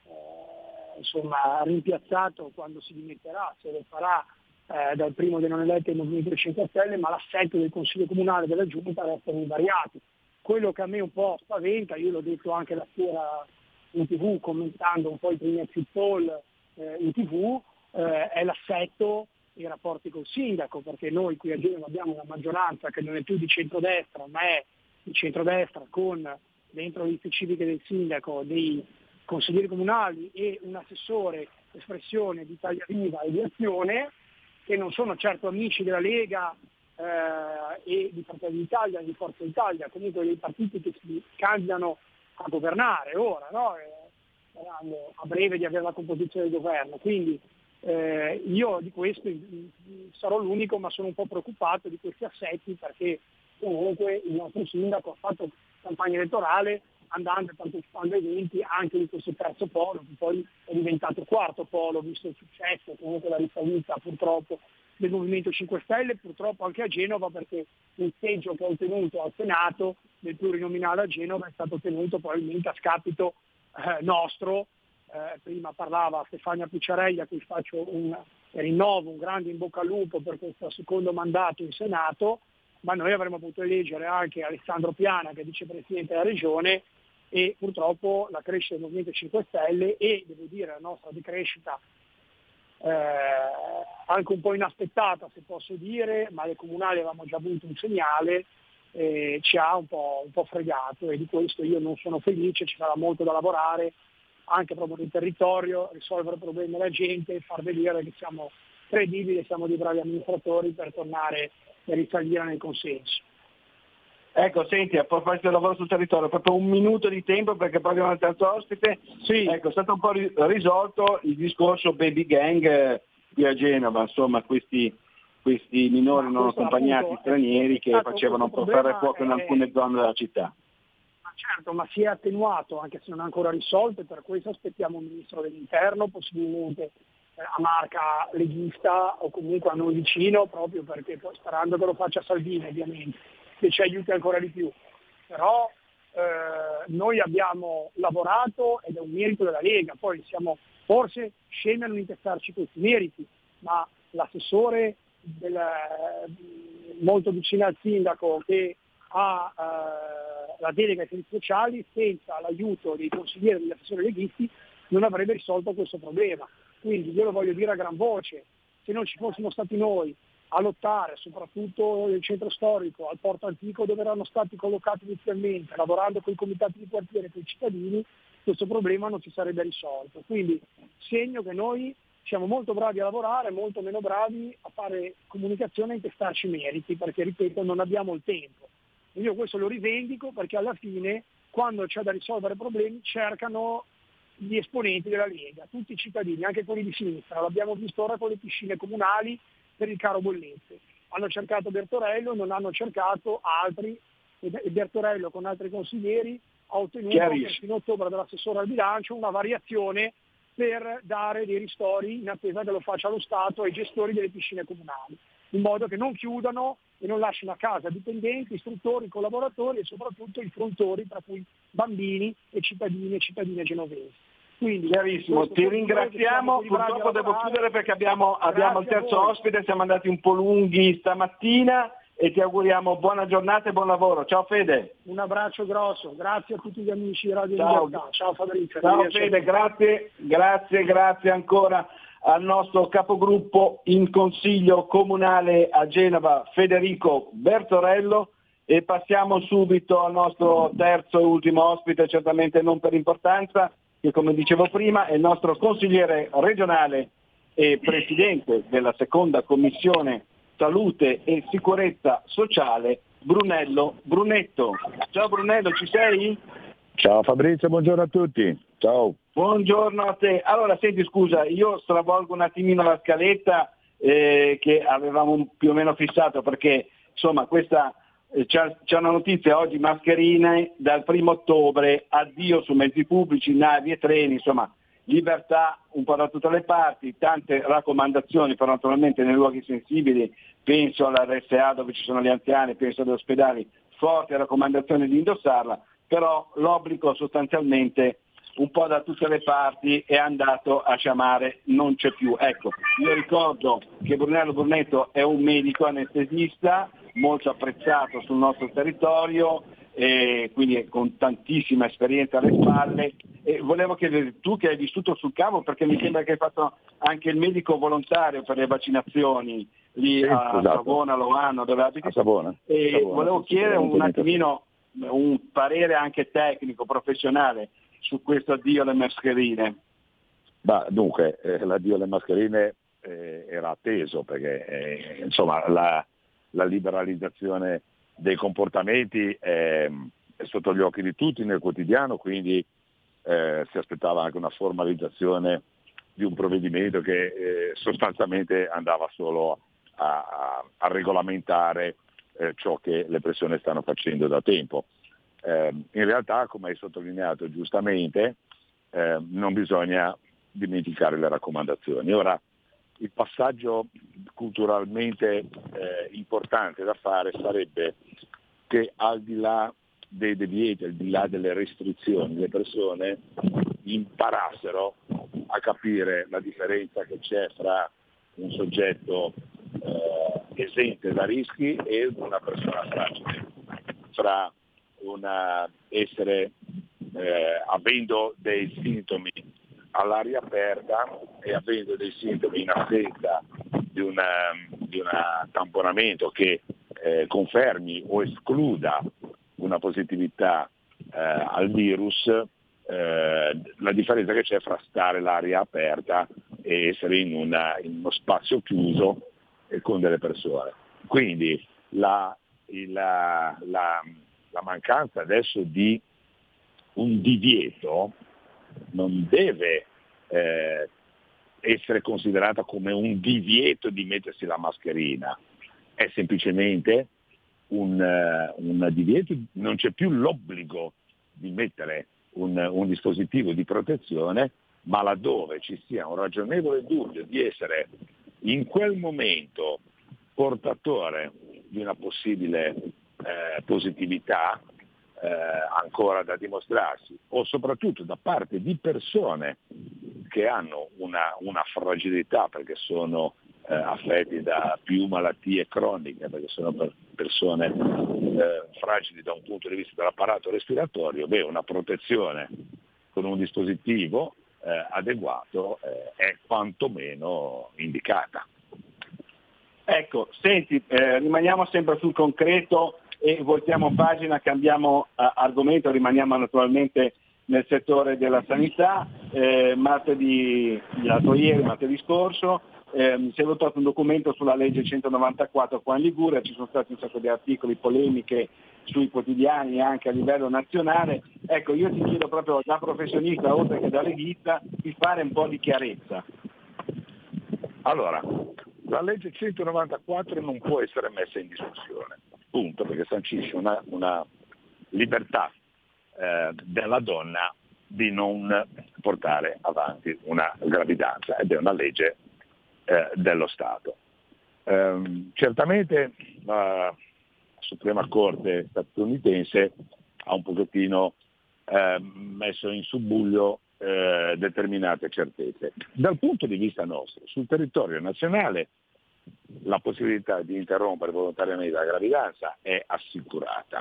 rimpiazzato quando si dimetterà, se lo farà dal primo dei non eletti del Movimento 5 Stelle, ma l'assetto del Consiglio Comunale e della Giunta restano invariati. Quello che a me un po' spaventa, io l'ho detto anche la sera in TV commentando un po' i primi exit poll in TV, è l'assetto e i rapporti col sindaco, perché noi qui a Genova abbiamo una maggioranza che non è più di centrodestra, ma è di centrodestra con dentro le liste civiche del sindaco dei consiglieri comunali e un assessore espressione di Italia Viva e di Azione, che non sono certo amici della Lega e di Fratelli d'Italia e di Forza Italia, comunque dei partiti che si candidano a governare ora, no? Saranno a breve di avere la composizione del governo, quindi io di questo sarò l'unico, ma sono un po' preoccupato di questi assetti, perché comunque il nostro sindaco ha fatto campagna elettorale andando e partecipando a eventi anche di questo terzo polo, che poi è diventato quarto polo, visto il successo, comunque la risalita purtroppo del Movimento 5 Stelle, purtroppo anche a Genova, perché il seggio che ha ottenuto al Senato del plurinominale a Genova è stato ottenuto probabilmente a scapito nostro. Prima parlava Stefania Pucciarelli, a cui faccio un rinnovo, un grande in bocca al lupo per questo secondo mandato in Senato, ma noi avremmo potuto eleggere anche Alessandro Piana, che è vicepresidente della regione, e purtroppo la crescita del Movimento 5 Stelle e, devo dire, la nostra decrescita anche un po' inaspettata, se posso dire, ma le comunali avevamo già avuto un segnale, ci ha un po' fregato, e di questo io non sono felice. Ci sarà molto da lavorare anche proprio nel territorio, risolvere problemi della gente, far vedere che siamo credibili e siamo dei bravi amministratori per tornare e risalire nel consenso. Ecco, senti, a proposito del lavoro sul territorio, proprio un minuto di tempo perché poi abbiamo il terzo ospite. Sì. Ecco, è stato un po' risolto il discorso baby gang qui a Genova, insomma questi minori non accompagnati stranieri che facevano un po' ferro in alcune zone della città. Certo, ma si è attenuato, anche se non è ancora risolto, e per questo aspettiamo un ministro dell'interno, possibilmente a marca leghista o comunque a noi vicino, proprio perché sperando che lo faccia Salvini ovviamente, che ci aiuti ancora di più. Però noi abbiamo lavorato ed è un merito della Lega, poi siamo forse scemi a non intestarci questi meriti, ma l'assessore molto vicino al sindaco che ha la delega ai servizi sociali, senza l'aiuto dei consiglieri e degli assessori leghisti non avrebbe risolto questo problema. Quindi io lo voglio dire a gran voce, se non ci fossimo stati noi a lottare, soprattutto nel centro storico, al porto antico dove erano stati collocati inizialmente, lavorando con i comitati di quartiere e con i cittadini, questo problema non si sarebbe risolto. Quindi segno che noi siamo molto bravi a lavorare, molto meno bravi a fare comunicazione e intestarci meriti, perché ripeto non abbiamo il tempo. Io questo lo rivendico perché alla fine quando c'è da risolvere problemi cercano gli esponenti della Lega, tutti i cittadini, anche quelli di sinistra, l'abbiamo visto ora con le piscine comunali per il caro bollette. Hanno cercato Bertorello, non hanno cercato altri, e Bertorello con altri consiglieri ha ottenuto fino a ottobre dall'assessore al bilancio una variazione per dare dei ristori in attesa che lo faccia lo Stato ai gestori delle piscine comunali, in modo che non chiudano e non lasciano a casa dipendenti, istruttori, collaboratori e soprattutto i frontori, tra cui bambini e cittadini e cittadine genovesi. Quindi, chiarissimo, ti ringraziamo, purtroppo devo chiudere perché abbiamo il terzo ospite, siamo andati un po' lunghi stamattina e ti auguriamo buona giornata e buon lavoro. Ciao Fede. Un abbraccio grosso, grazie a tutti gli amici di Radio Libertà. Ciao Fabrizio. Ciao Fede, grazie ancora al nostro capogruppo in consiglio comunale a Genova, Federico Bertorello, e passiamo subito al nostro terzo e ultimo ospite, certamente non per importanza, che come dicevo prima è il nostro consigliere regionale e presidente della seconda commissione Salute e Sicurezza Sociale, Brunello Brunetto. Ciao Brunello, ci sei? Ciao Fabrizio, buongiorno a tutti. Ciao. Buongiorno a te. Allora, senti, scusa, io stravolgo un attimino la scaletta che avevamo più o meno fissato, perché insomma questa c'è una notizia oggi: mascherine dal 1° ottobre, addio su mezzi pubblici, navi e treni, insomma libertà un po' da tutte le parti, tante raccomandazioni, però naturalmente nei luoghi sensibili, penso all'RSA dove ci sono gli anziani, penso agli ospedali, forti raccomandazioni di indossarla, però l'obbligo sostanzialmente un po' da tutte le parti è andato a sciamare, non c'è più. Ecco, io ricordo che Brunello Brunetto è un medico anestesista molto apprezzato sul nostro territorio, e quindi con tantissima esperienza alle spalle, e volevo chiedere, tu che hai vissuto sul campo, perché mi sembra che hai fatto anche il medico volontario per le vaccinazioni lì a Savona, Loano, dove abiti, a Savona. Volevo chiedere un attimino un parere anche tecnico, professionale su questo addio alle mascherine. Dunque, l'addio alle mascherine era atteso, perché insomma la liberalizzazione dei comportamenti è sotto gli occhi di tutti nel quotidiano, quindi si aspettava anche una formalizzazione di un provvedimento che sostanzialmente andava solo a regolamentare ciò che le persone stanno facendo da tempo. In realtà, come hai sottolineato giustamente, non bisogna dimenticare le raccomandazioni. Ora, il passaggio culturalmente importante da fare sarebbe che al di là dei divieti, al di là delle restrizioni, le persone imparassero a capire la differenza che c'è fra un soggetto esente da rischi e una persona fragile, fra essere avendo dei sintomi all'aria aperta e avendo dei sintomi in assenza di un tamponamento che confermi o escluda una positività al virus, la differenza che c'è fra stare l'aria aperta e essere in uno spazio chiuso con delle persone. Quindi la mancanza adesso di un divieto non deve essere considerata come un divieto di mettersi la mascherina, è semplicemente un divieto, non c'è più l'obbligo di mettere un dispositivo di protezione, ma laddove ci sia un ragionevole dubbio di essere in quel momento portatore di una possibile positività ancora da dimostrarsi, o soprattutto da parte di persone che hanno una fragilità perché sono affetti da più malattie croniche, perché sono persone fragili da un punto di vista dell'apparato respiratorio, una protezione con un dispositivo adeguato è quantomeno indicata. Ecco, senti, rimaniamo sempre sul concreto e voltiamo pagina, cambiamo argomento, rimaniamo naturalmente nel settore della sanità. Martedì scorso si è votato un documento sulla legge 194 qua in Liguria, ci sono stati un sacco di articoli, polemiche sui quotidiani anche a livello nazionale. Ecco, io ti chiedo proprio da professionista oltre che da leghista di fare un po' di chiarezza. Allora, la legge 194 non può essere messa in discussione, punto, perché sancisce una libertà della donna di non portare avanti una gravidanza ed è una legge dello Stato. Certamente la Suprema Corte statunitense ha un pochettino messo in subbuglio determinate certezze. Dal punto di vista nostro, sul territorio nazionale la possibilità di interrompere volontariamente la gravidanza è assicurata.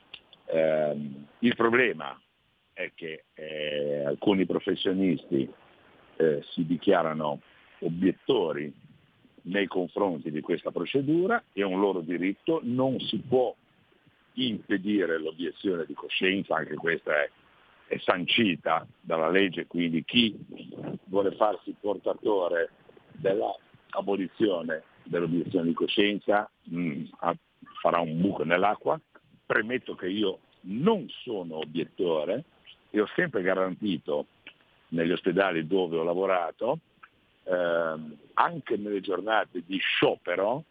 Il problema è che alcuni professionisti si dichiarano obiettori nei confronti di questa procedura, è un loro diritto, non si può impedire l'obiezione di coscienza, anche questa è sancita dalla legge, quindi chi vuole farsi portatore della abolizione dell'obiezione di coscienza farà un buco nell'acqua. Premetto che io non sono obiettore e ho sempre garantito negli ospedali dove ho lavorato, anche nelle giornate di sciopero,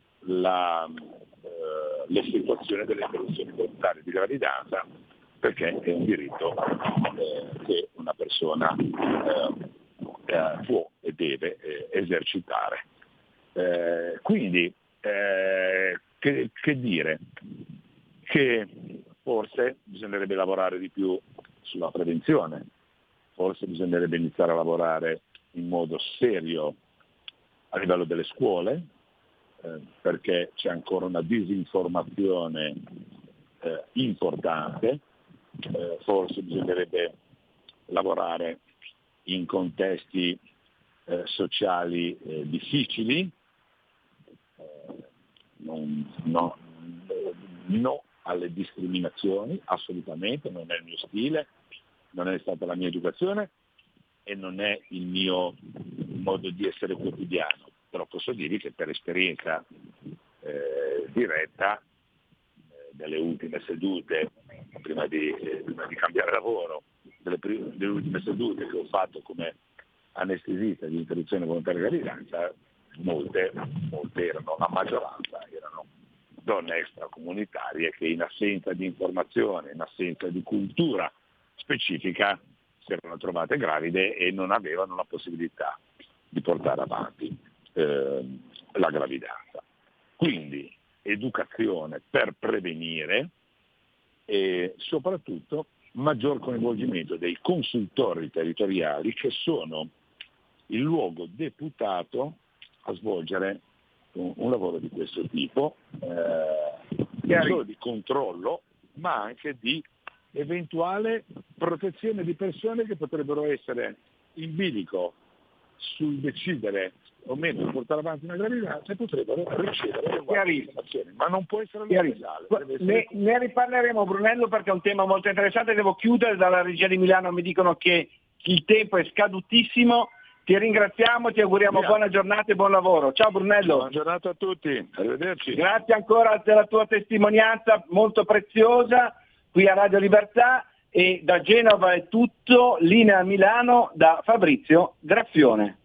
l'effettuazione delle interruzioni volontarie di gravidanza, perché è un diritto che una persona può e deve esercitare. Quindi che dire? Che forse bisognerebbe lavorare di più sulla prevenzione, forse bisognerebbe iniziare a lavorare in modo serio a livello delle scuole, perché c'è ancora una disinformazione importante, forse bisognerebbe lavorare in contesti sociali difficili, no alle discriminazioni, assolutamente, non è il mio stile, non è stata la mia educazione e non è il mio modo di essere quotidiano, però posso dirvi che per esperienza diretta delle ultime sedute, prima di cambiare lavoro, delle ultime sedute che ho fatto come anestesista di interruzione volontaria di gravidanza, molte erano, la maggioranza erano donne extracomunitarie che in assenza di informazione, in assenza di cultura specifica si erano trovate gravide e non avevano la possibilità di portare avanti la gravidanza. Quindi educazione per prevenire e soprattutto maggior coinvolgimento dei consultori territoriali che sono il luogo deputato a svolgere un lavoro di questo tipo, non solo di controllo, ma anche di eventuale protezione di persone che potrebbero essere in bilico sul decidere o meno di portare avanti una gravidanza e potrebbero ricevere informazioni, ma non può essere legale. Ne riparleremo, Brunello, perché è un tema molto interessante. Devo chiudere, dalla regia di Milano mi dicono che il tempo è scadutissimo. Ti ringraziamo, ti auguriamo buona giornata e buon lavoro. Ciao Brunello. Buona giornata a tutti, arrivederci. Grazie ancora della tua testimonianza molto preziosa qui a Radio Libertà, e da Genova è tutto, linea Milano da Fabrizio Graffione.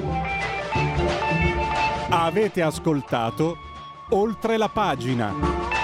Avete ascoltato Oltre la pagina.